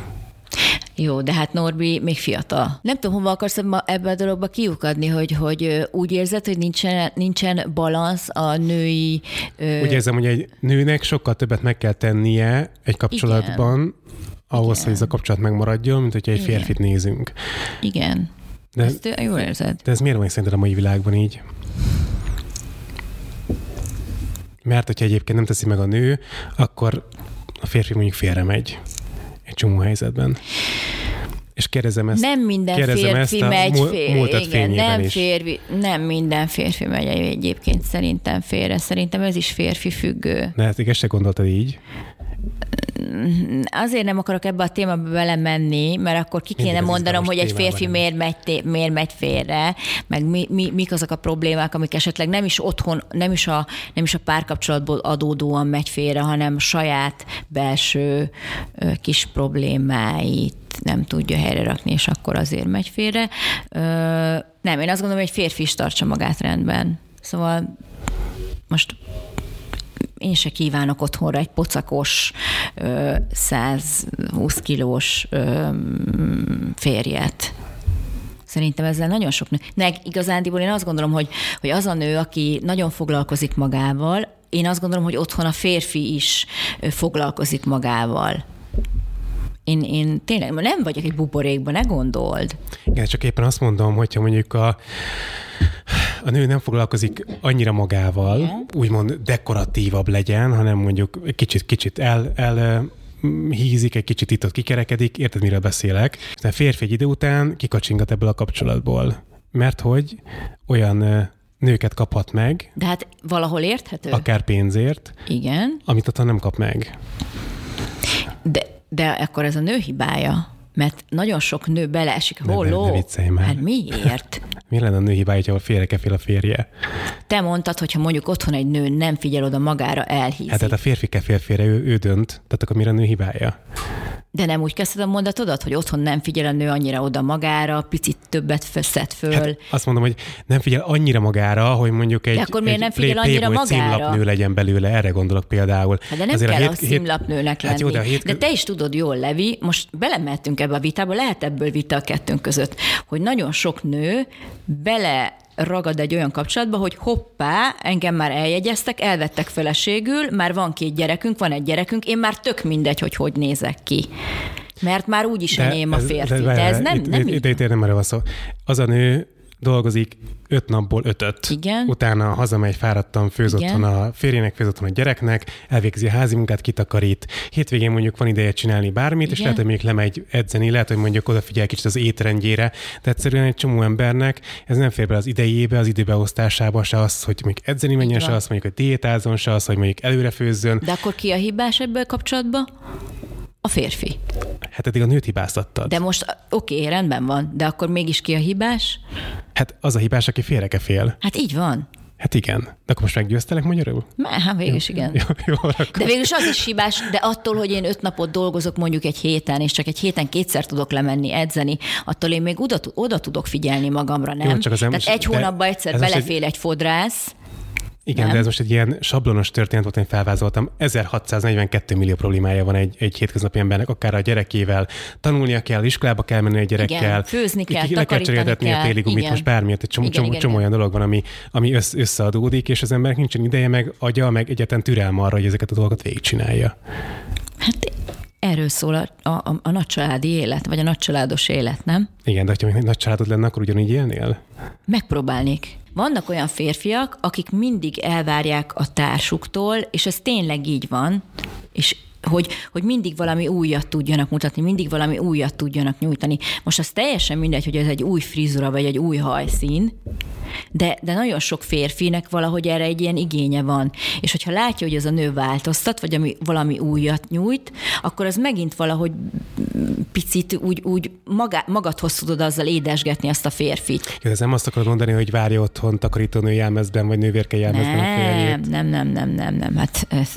Jó, de hát Norbi még fiatal. Nem tudom, hova akarsz ebbe a dologba kiukadni, hogy, hogy úgy érzed, hogy nincsen, nincsen balansz a női... Ö... Úgy érzem, hogy egy nőnek sokkal többet meg kell tennie egy kapcsolatban, igen. ahhoz, igen. hogy ez a kapcsolat megmaradjon, mint hogyha egy igen. férfit nézünk. Igen. De, ezt jól érzed. De ez miért van szerinted a mai világban így? Mert hogyha egyébként nem teszi meg a nő, akkor a férfi mondjuk félre megy egy csomó helyzetben. És kérdezem ezt, nem minden kérdezem férfi ezt a megy férfi, igen, nem, is. férfi, nem minden férfi megy egyébként szerintem félre. Szerintem ez is férfi függő. De hát ezt se gondoltad így? Azért nem akarok ebbe a témába belemenni, mert akkor ki kéne mondanom, hogy egy férfi miért megy, miért megy félre, meg mi, mi, mik azok a problémák, amik esetleg nem is otthon, nem is a, nem is a párkapcsolatból adódóan megy félre, hanem saját belső kis problémáit nem tudja helyre rakni, és akkor azért megy félre. Nem, én azt gondolom, hogy egy férfi is tartsa magát rendben. Szóval most én se kívánok otthonra egy pocakos, száz húsz kilós férjet. Szerintem ezzel nagyon sok nő. Meg igazándiból én azt gondolom, hogy, hogy az a nő, aki nagyon foglalkozik magával, én azt gondolom, hogy otthon a férfi is foglalkozik magával. Én, én tényleg nem vagyok egy buborékban, ne gondold. Igen, csak éppen azt mondom, hogyha mondjuk a a nő nem foglalkozik annyira magával, igen, úgymond dekoratívabb legyen, hanem mondjuk kicsit, kicsit el, el hízik, egy kicsit itt ott kikerekedik, érted, miről beszélek. De a férfi egy idő után kikacsingat ebből a kapcsolatból. Mert hogy olyan nőket kaphat meg. De hát valahol érthető. Akár pénzért. Igen. Amit otthon nem kap meg. De, de akkor ez a nő hibája. Mert nagyon sok nő beleesik. Holló. Ne, ne viccelj már. Hát miért? Mi lenne a nő hibája, ahol félre-kefél a férje? Te mondtad, hogyha mondjuk otthon egy nő nem figyel oda magára, elhízik. Hát tehát a férfi kefél félre, ő, ő dönt, tehát akkor mire a nő hibája? De nem úgy kezdted a mondatodat, hogy otthon nem figyel a nő annyira oda magára, picit többet szed föl. Hát azt mondom, hogy nem figyel annyira magára, hogy mondjuk egy, de akkor miért egy nem figyel play, annyira magára? címlapnő legyen belőle, erre gondolok például. Hát de nem azért kell a, hét, a címlapnőnek hét, lenni. Hát jó, de, hét... de te is tudod jól, Levi, most belemehetünk ebbe a vitába, lehet ebből vita a kettőnk között, hogy nagyon sok nő bele ragad egy olyan kapcsolatba, hogy hoppá, engem már eljegyeztek, elvettek feleségül, már van két gyerekünk, van egy gyerekünk, én már tök mindegy, hogy hogy nézek ki. Mert már úgyis enyém a férfi. De, de, de ez nem, itt, nem itt, itt, itt nem erre van szó. Az a nő dolgozik öt napból ötöt. Igen. Utána hazamegy fáradtan, főz otthon a férjének, főz otthon a gyereknek, elvégzi a házi munkát, kitakarít. Hétvégén mondjuk van ideje csinálni bármit, igen, és lehet, hogy még lemegy edzeni, lehet, hogy mondjuk odafigyel kicsit az étrendjére, de egyszerűen egy csomó embernek ez nem fér be az idejébe, az időbeosztásába, se az, hogy mondjuk edzeni menjen, se az, mondjuk, hogy diétázzon, se az, hogy mondjuk előre főzzön. De akkor ki a hibás ebből kapcsolatban? A férfi. Hát eddig a nőt hibáztattad. De most oké, okay, rendben van, de akkor mégis ki a hibás? Hát az a hibás, aki félre-kefél. Hát így van. Hát igen. De akkor most meggyőztelek magyarul? Hát végül is igen. Jó, jó, de végül is az is hibás, de attól, hogy én öt napot dolgozok mondjuk egy héten, és csak egy héten kétszer tudok lemenni, edzeni, attól én még oda, oda tudok figyelni magamra, nem? Jó, csak az Tehát egy hónapban egyszer belefél egy... egy fodrász. Igen, nem? De ez most egy ilyen sablonos történet volt, én felvázoltam. ezerhatszáznegyvenkettő millió problémája van egy, egy hétköznapi embernek, akár a gyerekével. Tanulnia kell, iskolába kell menni a gyerekkel. Igen, főzni kell, le kell cseréltetni a téli gumit, most bármiért. Egy csomó, igen, csomó, igen, csomó igen. olyan dolog van, ami, ami össz, összeadódik, és az embernek nincsen ideje, meg agya, meg egyáltalán türelme arra, hogy ezeket a dolgokat végigcsinálja. Hát erről szól a, a, a nagycsaládi élet, vagy a nagycsaládos élet, nem? Igen, de ha még nagy családod lenne, akkor ugyanígy élnél? Megpróbálnék. Vannak olyan férfiak, akik mindig elvárják a társuktól, és ez tényleg így van, és hogy, hogy mindig valami újat tudjanak mutatni, mindig valami újat tudjanak nyújtani. Most az teljesen mindegy, hogy ez egy új frizura, vagy egy új hajszín, de, de nagyon sok férfinek valahogy erre egy ilyen igénye van. És hogyha látja, hogy ez a nő változtat, vagy ami, valami újat nyújt, akkor az megint valahogy picit úgy, úgy magá, magadhoz tudod azzal édesgetni azt a férfit. Ez nem azt akarod mondani, hogy várja otthon takarítónő jelmezben, vagy nővérke jelmezben nem, a férjét? Nem, nem, nem, nem, nem. Hát ez,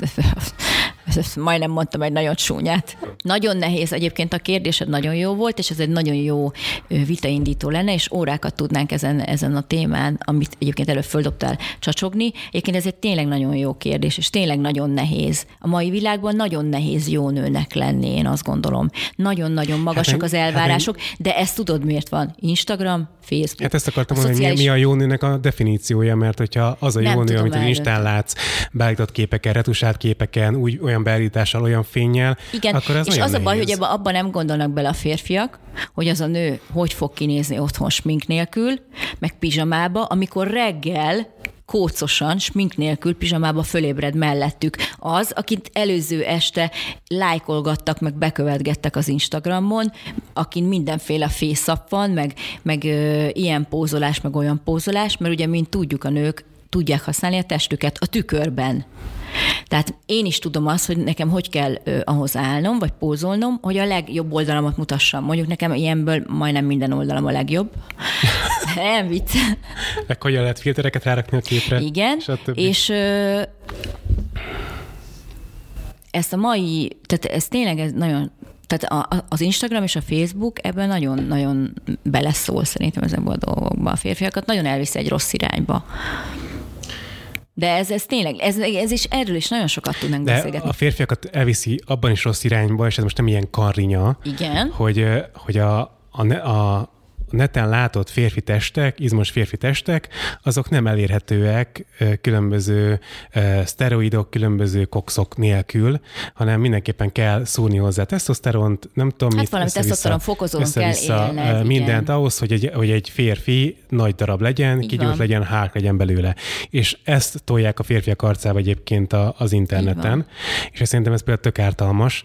ez, ez, majdnem mondtam egy nagyon csúnyát. Nagyon nehéz. Egyébként a kérdésed nagyon jó volt, és ez egy nagyon jó vitaindító lenne, és órákat tudnánk ezen, ezen a témán, amit egyébként előbb földobtál, csacsogni. Egyébként ez egy tényleg nagyon jó kérdés, és tényleg nagyon nehéz. A mai világban nagyon nehéz jó nőnek lenni, én azt gondolom. Nagyon-nagyon magasak hát, az elvárások, hát, de ezt tudod miért van? Instagram, Facebook. Hát ezt akartam mondani, szociális... mi a jó nőnek a definíciója, mert hogyha az a jó nő, amit az Instán látsz, beállított képeken, retusált képeken, úgy olyan beállítással, olyan fénnyel, igen, akkor ez és nagyon az a baj, nehéz. hogy abban abba nem gondolnak bele a férfiak, hogy az a nő hogy fog kinézni otthon smink nélkül, meg pizsamába, amikor reggel kócosan, smink nélkül, pizsamába fölébred mellettük. Az, akit előző este lájkolgattak, meg bekövetgettek az Instagramon, akin mindenféle fészap van, meg, meg ö, ilyen pózolás, meg olyan pózolás, mert ugye, mint tudjuk, a nők tudják használni a testüket a tükörben. Tehát én is tudom azt, hogy nekem hogy kell ö, ahhoz állnom, vagy pózolnom, hogy a legjobb oldalamat mutassam. Mondjuk nekem ilyenből majdnem minden oldalam a legjobb. Nem vicc. Meg hogyan lehet filtereket rárakni a képre. Igen, és ö, ezt a mai, tehát ez tényleg ez nagyon, tehát a, az Instagram és a Facebook ebben nagyon-nagyon beleszól szerintem ezekben a dolgokban. A férfiakat nagyon elviszi egy rossz irányba. De ez, ez tényleg, ez, ez is, erről is nagyon sokat tudnánk de beszélgetni. A férfiakat elviszi abban is rossz irányba, és ez most nem ilyen karrinya, Igen. hogy, hogy a, a, a neten látott férfi testek, izmos férfi testek, azok nem elérhetőek különböző szteroidok, különböző kokszok nélkül, hanem mindenképpen kell szúrni hozzá tesztoszteront, nem tudom hát mit, valami tesztoszteron fokozón kell élned. Mindent igen. ahhoz, hogy egy, hogy egy férfi nagy darab legyen, kigyújt legyen, hák legyen belőle. És ezt tolják a férfiak arcába egyébként az interneten. És szerintem ez például tök ártalmas.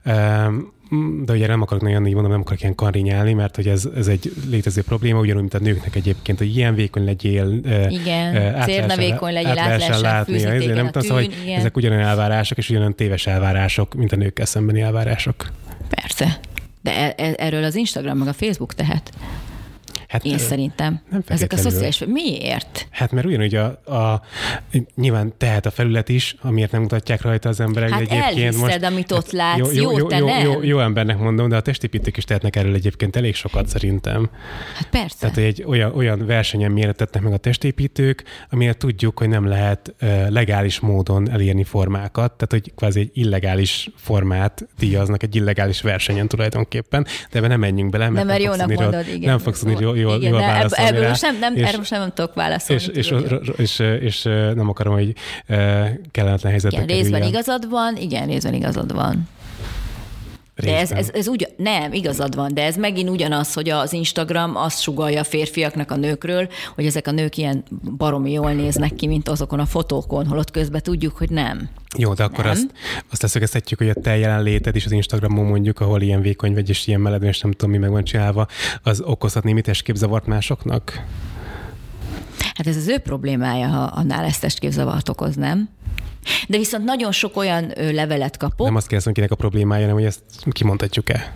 De ugye nem akarok nagyon így mondom, nem akarok ilyen karrinyálni, mert hogy ez, ez egy létező probléma, ugyanúgy, mint a nőknek egyébként, hogy ilyen vékony legyél, igen, cérna vékony legyél, át lehessen fűzni téged a tűn, szóval, hogy ezek ugyanolyan elvárások, és ugyanolyan téves elvárások, mint a nőkkel szembeni elvárások. Persze. De erről az Instagram meg a Facebook tehet. Hát én szerintem. Ezek a szociális... Miért? Hát mert ugyanúgy a, a, nyilván tehet a felület is, amiért nem mutatják rajta az emberek. Hát egyébként elhiszed, most, amit ott látsz. Jó, jó, jó, te jó, nem. Jó, jó embernek mondom, de a testépítők is tehetnek erről egyébként elég sokat szerintem. Hát persze. Tehát, hogy egy olyan, olyan versenyen méretetnek meg a testépítők, amire tudjuk, hogy nem lehet uh, legális módon elérni formákat, tehát, hogy kvázi egy illegális formát díjaznak egy illegális versenyen tulajdonképpen, de ebben nem menjünk bele, mert nem, nem, mert jónak mondod, igen. Nem fogsz tudni jól, jól, jól válaszolni ebből rá. Most nem, nem, és, erre most nem tudok válaszolni. És, és, és, és, és nem akarom, hogy kellemetlen helyzetbe igen, részben igazad van, igen, részben igazad van. De ez, ez, ez ugy, nem, igazad van, de ez megint ugyanaz, hogy az Instagram azt sugallja a férfiaknak a nőkről, hogy ezek a nők ilyen baromi jól néznek ki, mint azokon a fotókon, holott közben tudjuk, hogy nem. Jó, de akkor nem. azt, azt leszögezhetjük, hogy a te jelenléted is az Instagramon mondjuk, ahol ilyen vékony vagy és ilyen meledven, és nem tudom, mi meg van csinálva, az okozhat némi testképzavart másoknak? Hát ez az ő problémája, ha annál ezt testképzavart okoz, nem? De viszont nagyon sok olyan levelet kapok. Nem azt kérdezem, kinek a problémája, hanem hogy ezt kimondhatjuk-e?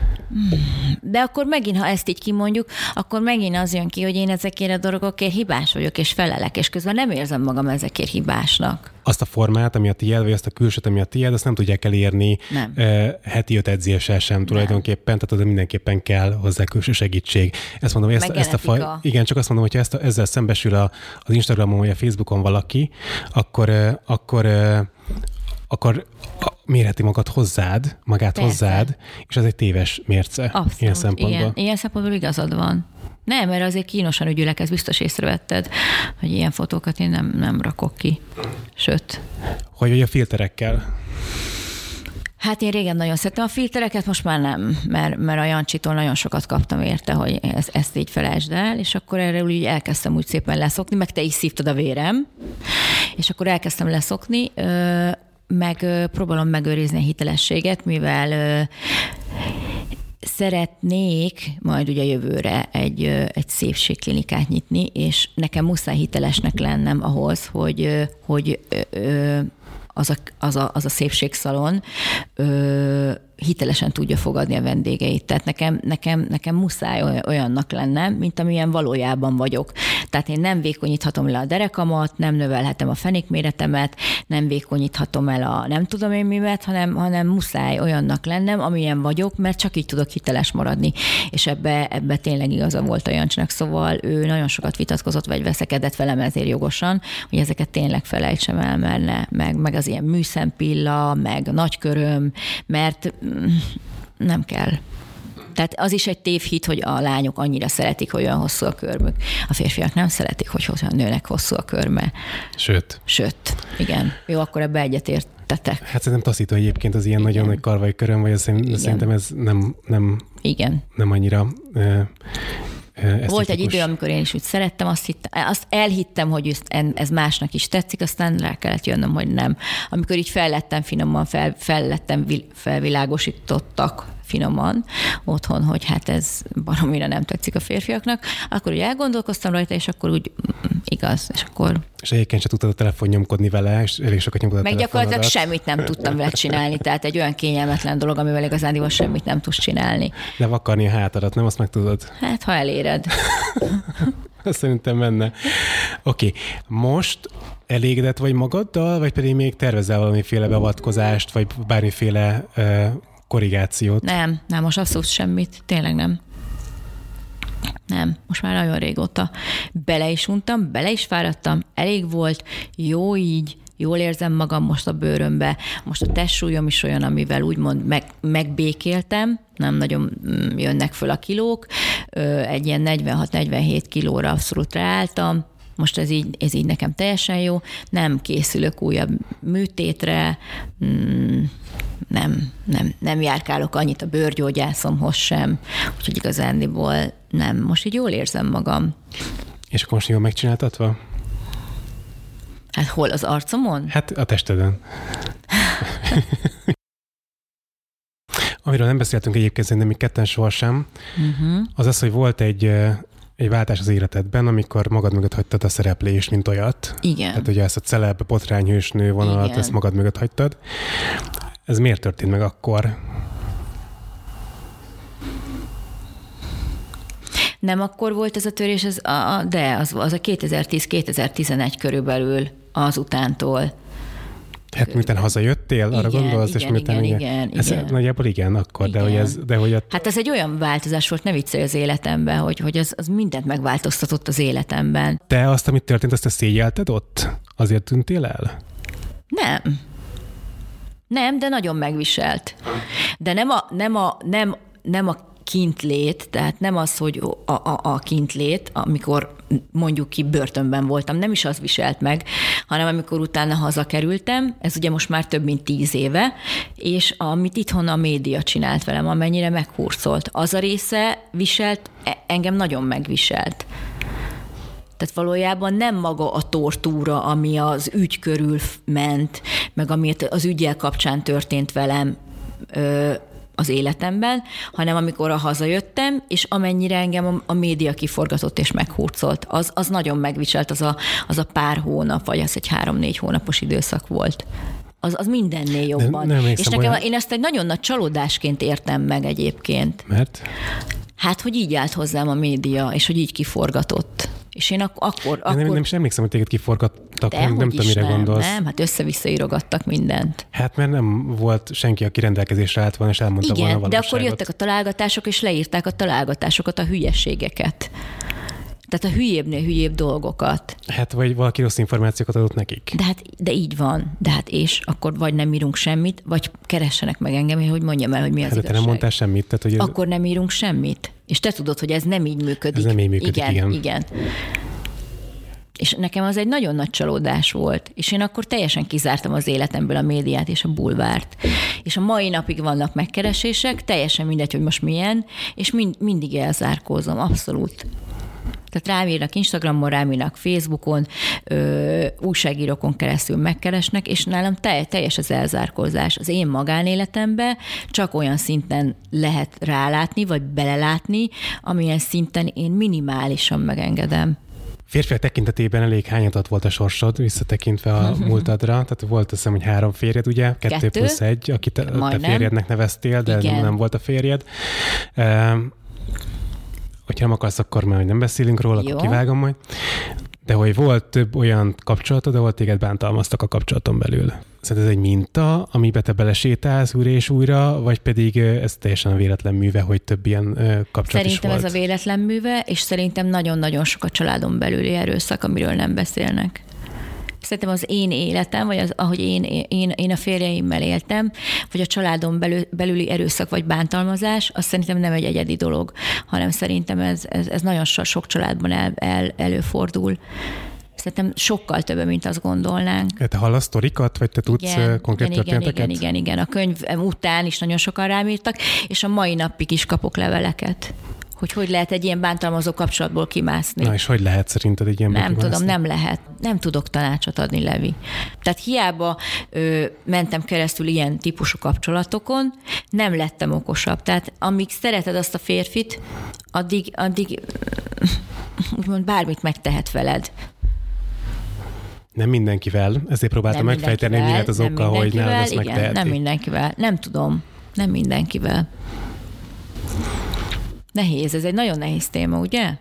De akkor megint, ha ezt így kimondjuk, akkor megint az jön ki, hogy én ezekért a dolgokért hibás vagyok, és felelek, és közben nem érzem magam ezekért hibásnak. Azt a formát, ami a tiéd, vagy azt a külsőt, ami a tiéd, azt nem tudják elérni nem. Uh, heti öt edzéssel sem tulajdonképpen, tehát az mindenképpen kell hozzá külső segítség. Ezt mondom, ezt, ezt a faj, igen, csak azt mondom, hogyha ezt a, ezzel szembesül a, az Instagramon vagy a Facebookon valaki, akkor, uh, akkor, uh, akkor mérheti magad hozzád, magát Persze. hozzád, és az egy téves mérce. Abszolút, ilyen szempontból. Igen. Ilyen szempontból igazad van. Nem, mert azért kínosan ügyülek, ezt biztos észrevetted, hogy ilyen fotókat én nem, nem rakok ki. Sőt. Hogy vagy a filterekkel? Hát én régen nagyon szerettem a filtereket, most már nem, mert, mert a Jancsitól nagyon sokat kaptam érte, hogy ezt, ezt így felejtsd el, és akkor erre úgy elkezdtem úgy szépen leszokni, meg te is szívtad a vérem, és akkor elkezdtem leszokni, meg próbálom megőrizni a hitelességet, mivel szeretnék majd ugye jövőre egy, egy szépségklinikát nyitni, és nekem muszáj hitelesnek lennem ahhoz, hogy, hogy az a, az a, az a szépségszalon hitelesen tudja fogadni a vendégeit. Tehát nekem, nekem, nekem muszáj olyannak lennem, mint amilyen valójában vagyok. Tehát én nem vékonyíthatom le a derekamat, nem növelhetem a fenékméretemet, nem vékonyíthatom el a nem tudom én mimet, hanem, hanem muszáj olyannak lennem, amilyen vagyok, mert csak így tudok hiteles maradni. És ebbe, ebbe tényleg igaza volt a Jancsinak, szóval ő nagyon sokat vitatkozott, vagy veszekedett velem ezért jogosan, hogy ezeket tényleg felejtsem el, mert ne, meg, meg az ilyen műszempilla, meg nagyköröm, mert nem kell. Tehát az is egy tévhit, hogy a lányok annyira szeretik, hogy olyan hosszú a körmük. A férfiak nem szeretik, hogy a nőnek hosszú a körme. Sőt. Sőt, igen. Jó, akkor ebbe egyetértetek. Hát szerintem taszító egyébként az ilyen igen. nagyon nagy karvai köröm, vagy szerintem ez nem, nem, igen. nem annyira... Uh, Volt egy idő, amikor én is úgy szerettem, azt, hittem, azt elhittem, hogy ez másnak is tetszik, aztán rá kellett jönnöm, hogy nem. Amikor így fellettem finoman, fel, fellettem felvilágosítottak finoman otthon, hogy hát ez baromira nem tetszik a férfiaknak, akkor úgy elgondolkoztam rajta, és akkor úgy igaz, és akkor... És egyébként sem tudtad a telefon nyomkodni vele, és elég sokat nyomkodott a meg gyakorlatilag semmit nem tudtam vele csinálni, tehát egy olyan kényelmetlen dolog, amivel igazándiból semmit nem tudsz csinálni. De vakarni a hátadat, nem? Azt meg tudod? Hát, ha eléred. Szerintem menne. Oké, okay. Most elégedett vagy magaddal, vagy pedig még tervezel valamiféle beavatkozást, vagy bármiféle uh, korrigációt? Nem, nem, most abszolút semmit, tényleg nem. Nem, most már nagyon régóta bele is untam, bele is fáradtam, elég volt, jó így, jól érzem magam most a bőrömbe, most a testsúlyom is olyan, amivel úgymond meg, megbékéltem, nem nagyon jönnek föl a kilók, egy ilyen negyvenhat-negyvenhét kilóra abszolút ráálltam, most ez így, ez így nekem teljesen jó, nem készülök újabb műtétre, nem, nem, nem járkálok annyit a bőrgyógyászomhoz sem, úgyhogy igazándiból nem, most így jól érzem magam. És akkor most jól megcsináltatva? Hát hol, az arcomon? Hát a testeden. Amiről nem beszéltünk egyébként szerintem még ketten sohasem, uh-huh. az az, hogy volt egy, egy váltás az életedben, amikor magad mögött hagytad a szereplést, mint olyat. Igen. Tehát ugye ezt a celeb, botrányhősnő vonalat, igen. ezt magad mögött hagytad. Ez miért történt meg akkor? Nem akkor volt ez a törés, ez a, de az, az a kétezer-tíz-kétezer-tizenegy körülbelül az utántól. Hát miután hazajöttél, arra igen, gondolsz? Igen, és miután, igen, igen, ez igen. Nagyjából igen, akkor, igen. de hogy ez... De hogy a... Hát ez egy olyan változás volt, ne viccelj az életemben, hogy, hogy az, az mindent megváltoztatott az életemben. Te azt, amit történt, azt te szégyelted ott? Azért tűntél el? Nem. Nem, de nagyon megviselt. De nem a, nem a, nem, nem a kintlét, tehát nem az, hogy a, a, a kintlét, amikor mondjuk ki börtönben voltam, nem is az viselt meg, hanem amikor utána hazakerültem, ez ugye most már több mint tíz éve, és amit itthon a média csinált velem, amennyire meghurcolt, az a része viselt, engem nagyon megviselt. Tehát valójában nem maga a tortúra, ami az ügy körül ment, meg ami az ügyel kapcsán történt velem, ö, az életemben, hanem amikor a hazajöttem, és amennyire engem a média kiforgatott és meghurcolt, az, az nagyon megviselt, az a, az a pár hónap, vagy az egy három-négy hónapos időszak volt. Az, az mindennél jobban. Nem, nem és nekem olyan... én ezt egy nagyon nagy csalódásként értem meg egyébként. Mert? Hát, hogy így állt hozzám a média, és hogy így kiforgatott. És én ak- akkor... akkor... Nem, nem is emlékszem, hogy téged kiforgattak, de nem, nem tudom, mire nem, gondolsz. Nem, hát össze-vissza írogattak mindent. Hát mert nem volt senki, aki rendelkezésre állt volna, és elmondta igen, volna a valóságot. de akkor jöttek a találgatások, és leírták a találgatásokat, a hülyeségeket. Tehát a hülyébbnél hülyébb dolgokat. Hát vagy valaki rossz információkat adott nekik. De hát de így van. De hát és akkor vagy nem írunk semmit, vagy keressenek meg engem, hogy mondjam el, hogy mi az hát, igazság. Te nem mondtál semmit. Tehát, hogy ez... Akkor nem írunk semmit. És te tudod, hogy ez nem így működik. Ez nem így működik, igen. Igen, igen. És nekem az egy nagyon nagy csalódás volt. És én akkor teljesen kizártam az életemből a médiát és a bulvárt. És a mai napig vannak megkeresések, teljesen mindegy, hogy most milyen, és mind, mindig elzárkózom, abszolút. Tehát rám írnak Instagramon, rám írnak Facebookon, ö, újságírókon keresztül megkeresnek, és nálam telj, teljes az elzárkózás. Az én magánéletemben csak olyan szinten lehet rálátni, vagy belelátni, amilyen szinten én minimálisan megengedem. Férfiak tekintetében elég hányadat volt a sorsod, visszatekintve a múltadra. Tehát volt azt hiszem, hogy három férjed, ugye? Kettő, Kettő plusz egy, akit te, te férjednek neveztél, de igen. nem volt a férjed. Uh, hogyha nem akarsz, akkor már nem beszélünk róla, jó. Akkor kivágom majd. De hogy volt több olyan kapcsolatod, ahol téged bántalmaztak a kapcsolaton belül. Szóval ez egy minta, amiben te belesétálsz újra és újra, vagy pedig ez teljesen a véletlen műve, hogy több ilyen kapcsolat szerintem is volt? Szerintem ez a véletlen műve, és szerintem nagyon-nagyon sok a családon belüli erőszak, amiről nem beszélnek. Szerintem az én életem, vagy az, ahogy én, én, én a férjeimmel éltem, vagy a családon belül, belüli erőszak vagy bántalmazás, az szerintem nem egy egyedi dolog, hanem szerintem ez, ez, ez nagyon sok családban el, el, előfordul. Szerintem sokkal több, mint azt gondolnánk. Te hallasz sztorikat, vagy te tudsz igen, konkrét igen, történeteket? Igen, igen, igen. A könyv után is nagyon sokan rám írtak, és a mai napig is kapok leveleket, hogy hogy lehet egy ilyen bántalmazó kapcsolatból kimászni. Na és hogy lehet szerinted egy ilyen Nem tudom, nem lehet. Nem tudok tanácsot adni, Levi. Tehát hiába ö, mentem keresztül ilyen típusú kapcsolatokon, nem lettem okosabb. Tehát amíg szereted azt a férfit, addig, addig úgymond bármit megtehet veled. Nem mindenkivel, ezért próbáltam nem megfejteni, mi lehet az oka, hogy nálad ezt igen, megteheti. Nem mindenkivel, nem tudom. Nem mindenkivel. Nehéz, ez egy nagyon nehéz téma, ugye?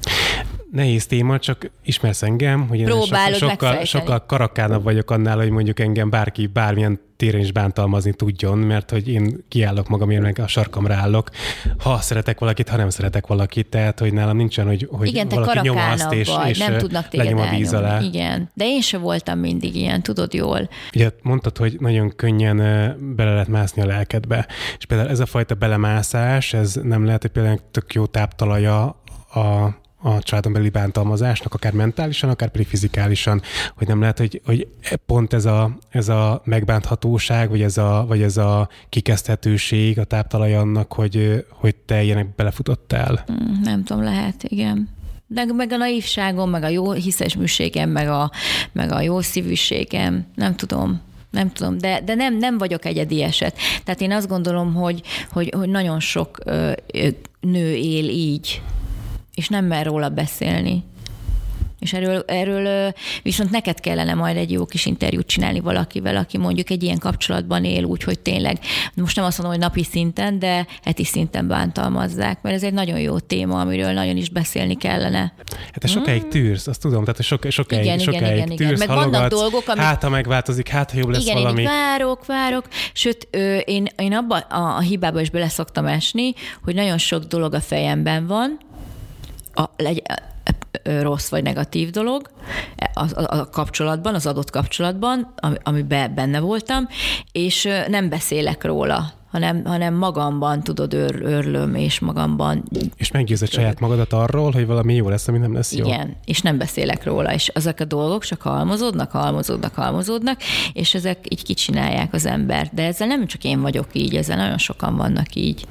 Nehéz téma, csak ismersz engem, hogy én Próbálod sokkal, sokkal, sokkal karakánabb vagyok annál, hogy mondjuk engem bárki bármilyen téren is bántalmazni tudjon, mert hogy én kiállok magamért, meg a sarkamra állok, ha szeretek valakit, ha nem szeretek valakit, tehát hogy nálam nincsen, hogy, hogy igen, valaki nyoma azt, és, vagy, és nem tudnak lenyom a víz alá. Igen, de én sem voltam mindig ilyen, tudod jól. Ugye mondtad, hogy nagyon könnyen bele lehet mászni a lelkedbe, és például ez a fajta belemászás, ez nem lehet, hogy például tök jó táptalaja a a családon belüli bántalmazásnak, akár mentálisan, akár pedig fizikálisan, hogy nem lehet, hogy, hogy pont ez a, ez a megbánthatóság, vagy ez a, vagy ez a kikezdhetőség a táptalaja annak, hogy, hogy te ilyenek belefutottál? Nem tudom, lehet, igen. De meg a naívságom, meg a jó hiszesműségem, meg a, meg a jó szívűségem, nem tudom. Nem tudom, de, de nem, nem vagyok egyedi eset. Tehát én azt gondolom, hogy, hogy, hogy nagyon sok ö, nő él így, és nem mer róla beszélni. És erről, erről viszont neked kellene majd egy jó kis interjút csinálni valakivel, aki mondjuk egy ilyen kapcsolatban él úgy, hogy tényleg, most nem azt mondom, hogy napi szinten, de heti szinten bántalmazzák, mert ez egy nagyon jó téma, amiről nagyon is beszélni kellene. Hát te sokáig tűrsz, azt tudom, tehát sok, sokáig, igen, sokáig igen, tűrsz, igen. Meg vannak dolgok, amik... hát ha megváltozik, hát ha jobb lesz igen, valami. Igen, várok, várok, sőt, ö, én, én abba a, a hibába is bele szoktam esni, hogy nagyon sok dolog a fejemben van, a, legy, rossz vagy negatív dolog a, a, a kapcsolatban, az adott kapcsolatban, ami, amiben benne voltam, és nem beszélek róla, hanem, hanem magamban, tudod, őr, őrlöm, és magamban... És meggyőzöd saját magadat arról, hogy valami jó lesz, ami nem lesz jó. Igen, és nem beszélek róla, és ezek a dolgok csak halmozódnak, halmozódnak, halmozódnak, és ezek így kicsinálják az embert. De ezzel nem csak én vagyok így, ezzel nagyon sokan vannak így.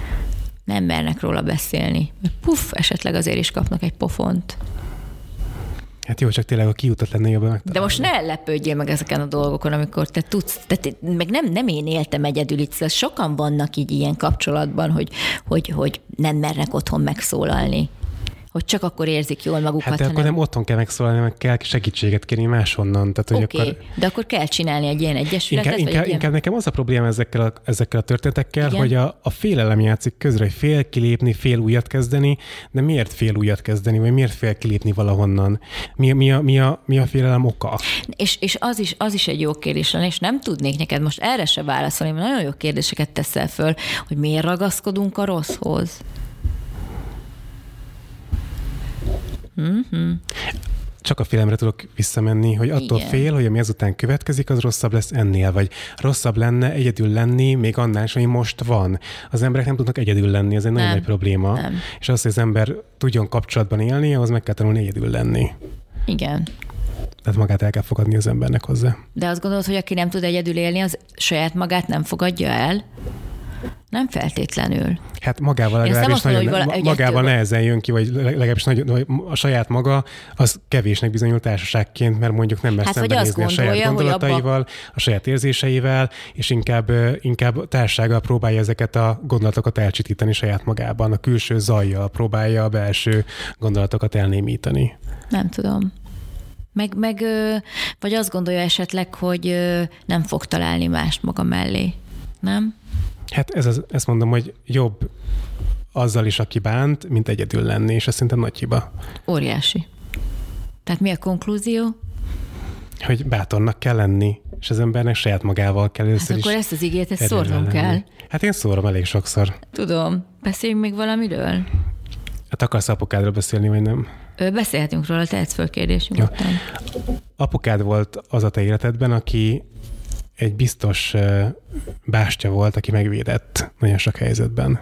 Nem mernek róla beszélni. Puff, esetleg azért is kapnak egy pofont. Hát jó, csak tényleg a kiutat lenne jobban megtalálni. De most ne lepődjél meg ezeken a dolgokon, amikor te tudsz, te, te, meg nem, nem én éltem egyedül itt, sokan vannak így ilyen kapcsolatban, hogy, hogy, hogy nem mernek otthon megszólalni. Hogy csak akkor érzik jól magukat. Hát de hanem... akkor nem otthon kell megszólalni, meg kell segítséget kérni máshonnan. Oké, okay, akkor... de akkor kell csinálni egy ilyen egyesületet? Inkább, inkább, ilyen... inkább nekem az a probléma ezekkel a, ezekkel a történetekkel, igen? Hogy a, a félelem játszik közre, hogy fél kilépni, fél újat kezdeni, de miért fél újat kezdeni, vagy miért fél kilépni valahonnan? Mi, mi, a, mi, a, mi a félelem oka? És, és az, is, az is egy jó kérdés lenne, és nem tudnék neked most erre se válaszolni, mert nagyon jó kérdéseket teszel föl, hogy miért ragaszkodunk a rosszhoz. Mm-hmm. Csak a félelemre tudok visszamenni, hogy attól igen. fél, hogy ami ezután következik, az rosszabb lesz ennél, vagy rosszabb lenne egyedül lenni, még annál is, ami most van. Az emberek nem tudnak egyedül lenni, ez egy nagyon nagy probléma. Nem. És az, hogy az ember tudjon kapcsolatban élni, ahhoz meg kell tanulni egyedül lenni. Igen. Tehát magát el kell fogadni az embernek hozzá. De azt gondolod, hogy aki nem tud egyedül élni, az saját magát nem fogadja el? Nem feltétlenül. Hát magával legalábbis nagyon, vala, magával nehezen jön ki, vagy legalábbis nagyon, a saját maga, az kevésnek bizonyul társaságként, mert mondjuk nem mer hát szembenézni a saját gondolataival, abba... a saját érzéseivel, és inkább, inkább társasággal próbálja ezeket a gondolatokat elcsitítani saját magában, a külső zajjal próbálja a belső gondolatokat elnémítani. Nem tudom. Meg, meg vagy azt gondolja esetleg, hogy nem fog találni mást maga mellé. Nem? Hát ez az, ezt mondom, hogy jobb azzal is, aki bánt, mint egyedül lenni, és ez szerintem nagy hiba. Óriási. Tehát mi a konklúzió? Hogy bátornak kell lenni, és az embernek saját magával kell először hát is. akkor ezt az igét, ezt szórnom kell. Hát én szórom elég sokszor. Tudom. Beszéljünk még valamiről? Hát akarsz apukádról beszélni, vagy nem? Ö, beszélhetünk róla, tehetsz föl kérdést nyugodtan. Apukád volt az a te életedben, aki egy biztos bástya volt, aki megvédett nagyon sok helyzetben.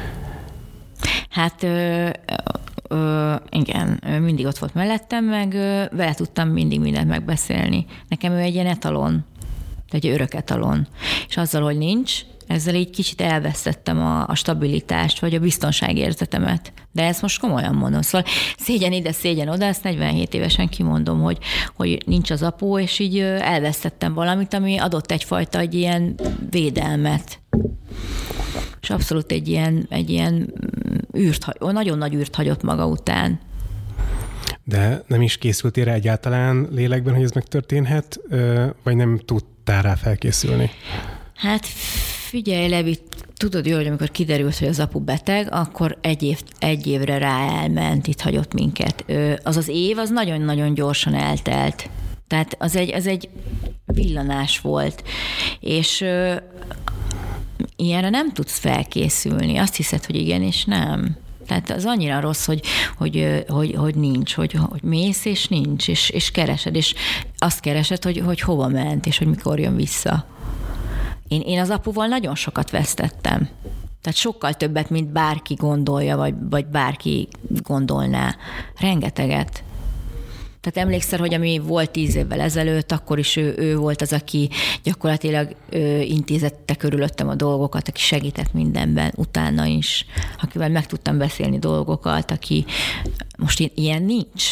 Hát ö, ö, igen, mindig ott volt mellettem, meg ö, vele tudtam mindig mindent megbeszélni. Nekem ő egy ilyen etalon, egy örök etalon. És azzal, hogy nincs, ezzel így kicsit elvesztettem a, a stabilitást, vagy a biztonságérzetemet. De ezt most komolyan mondom. Szóval szégyen ide, szégyen oda, ezt negyvenhét évesen kimondom, hogy, hogy nincs az apu, és így elvesztettem valamit, ami adott egyfajta egy ilyen védelmet. És abszolút egy ilyen, egy ilyen űrt, nagyon nagy űrt hagyott maga után. De nem is készültél rá egyáltalán lélekben, hogy ez megtörténhet, vagy nem tudtál rá felkészülni? Hát figyelj, Levi, tudod jól, hogy amikor kiderült, hogy az apu beteg, akkor egy, év, egy évre rá elment, itt hagyott minket. Az az év, az nagyon-nagyon gyorsan eltelt. Tehát az egy, az egy villanás volt. És ö, ilyenre nem tudsz felkészülni. Azt hiszed, hogy igen, és nem. Tehát az annyira rossz, hogy, hogy, hogy, hogy nincs, hogy, hogy mész, és nincs, és, és keresed, és azt keresed, hogy, hogy hova ment, és hogy mikor jön vissza. Én, én az apuval nagyon sokat vesztettem. Tehát sokkal többet, mint bárki gondolja, vagy, vagy bárki gondolná. Rengeteget. Tehát emlékszel, hogy ami volt tíz évvel ezelőtt, akkor is ő, ő volt az, aki gyakorlatilag ő intézette körülöttem a dolgokat, aki segített mindenben, utána is, akivel meg tudtam beszélni dolgokat, aki most ilyen nincs.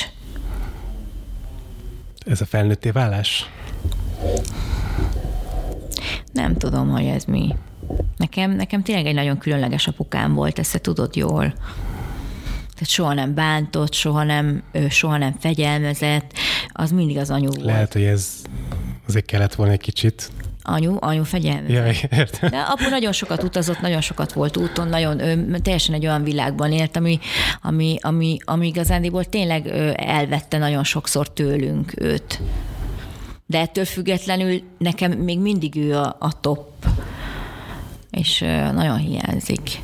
Ez a felnőtté válás? Nem tudom, hogy ez mi. Nekem, nekem tényleg egy nagyon különleges apukám volt, ezt te tudod jól. Tehát soha nem bántott, soha nem, soha nem fegyelmezett, az mindig az anyu volt. Lehet, hogy ez azért kellett volna egy kicsit. Anyu, anyu fegyelmezett. Ja, értem. De apu nagyon sokat utazott, nagyon sokat volt úton, nagyon, ő, teljesen egy olyan világban élt, ami, ami, ami, ami igazándiból tényleg elvette nagyon sokszor tőlünk őt. De ettől függetlenül nekem még mindig ő a, a top, és nagyon hiányzik.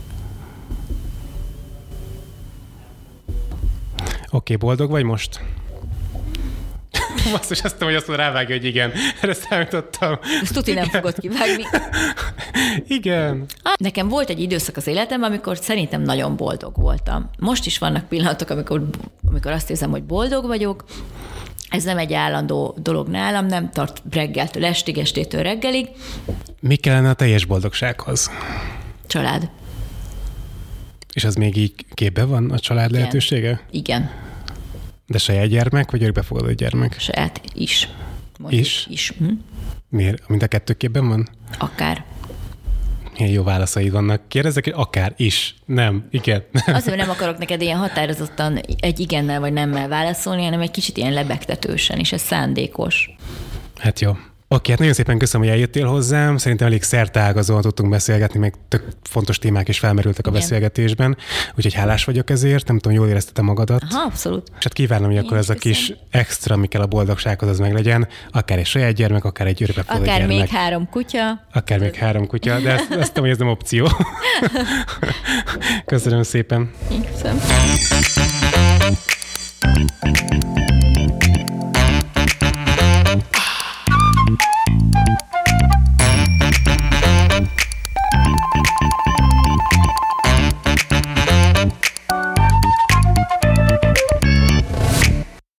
Oké, okay, boldog vagy most? Basszus, azt mondom, hogy azt mondom, rávágja, hogy igen. Erre számítottam. Ezt tuti nem fogod kivágni. Igen. Nekem volt egy időszak az életemben, amikor szerintem nagyon boldog voltam. Most is vannak pillanatok, amikor, amikor azt érzem, hogy boldog vagyok. Ez nem egy állandó dolog nálam, nem tart reggeltől estig, estétől reggelig. Mi kellene a teljes boldogsághoz? Család. És az még így képben van, a család Igen. lehetősége? Igen. De saját gyermek, vagy örökbefogadott gyermek? Saját is. Mondjuk is? Is. Hm? Miért? Mind a kettő képben van? Akár. Milyen jó válaszaid vannak. Kérdezzek, hogy akár is. Nem. Igen. Azért nem akarok neked ilyen határozottan egy igennel vagy nemmel válaszolni, hanem egy kicsit ilyen lebegtetősen, és ez szándékos. Hát jó. Oké, hát nagyon szépen köszönöm, hogy eljöttél hozzám. Szerintem elég szerteágazóan tudtunk beszélgetni, meg tök fontos témák is felmerültek a Igen. beszélgetésben. Úgyhogy hálás vagyok ezért, nem tudom, jól érezted magadat. Aha, abszolút. És hát kívánom, hogy Én akkor ez a kis extra, ami kell a boldogsághoz, az meglegyen. Akár egy saját gyermek, akár egy örökbefogadott Akár gyermek. még három kutya. Akár még három kutya, de ezt, azt tudom, hogy ez nem opció. Köszönöm szépen. Köszönöm.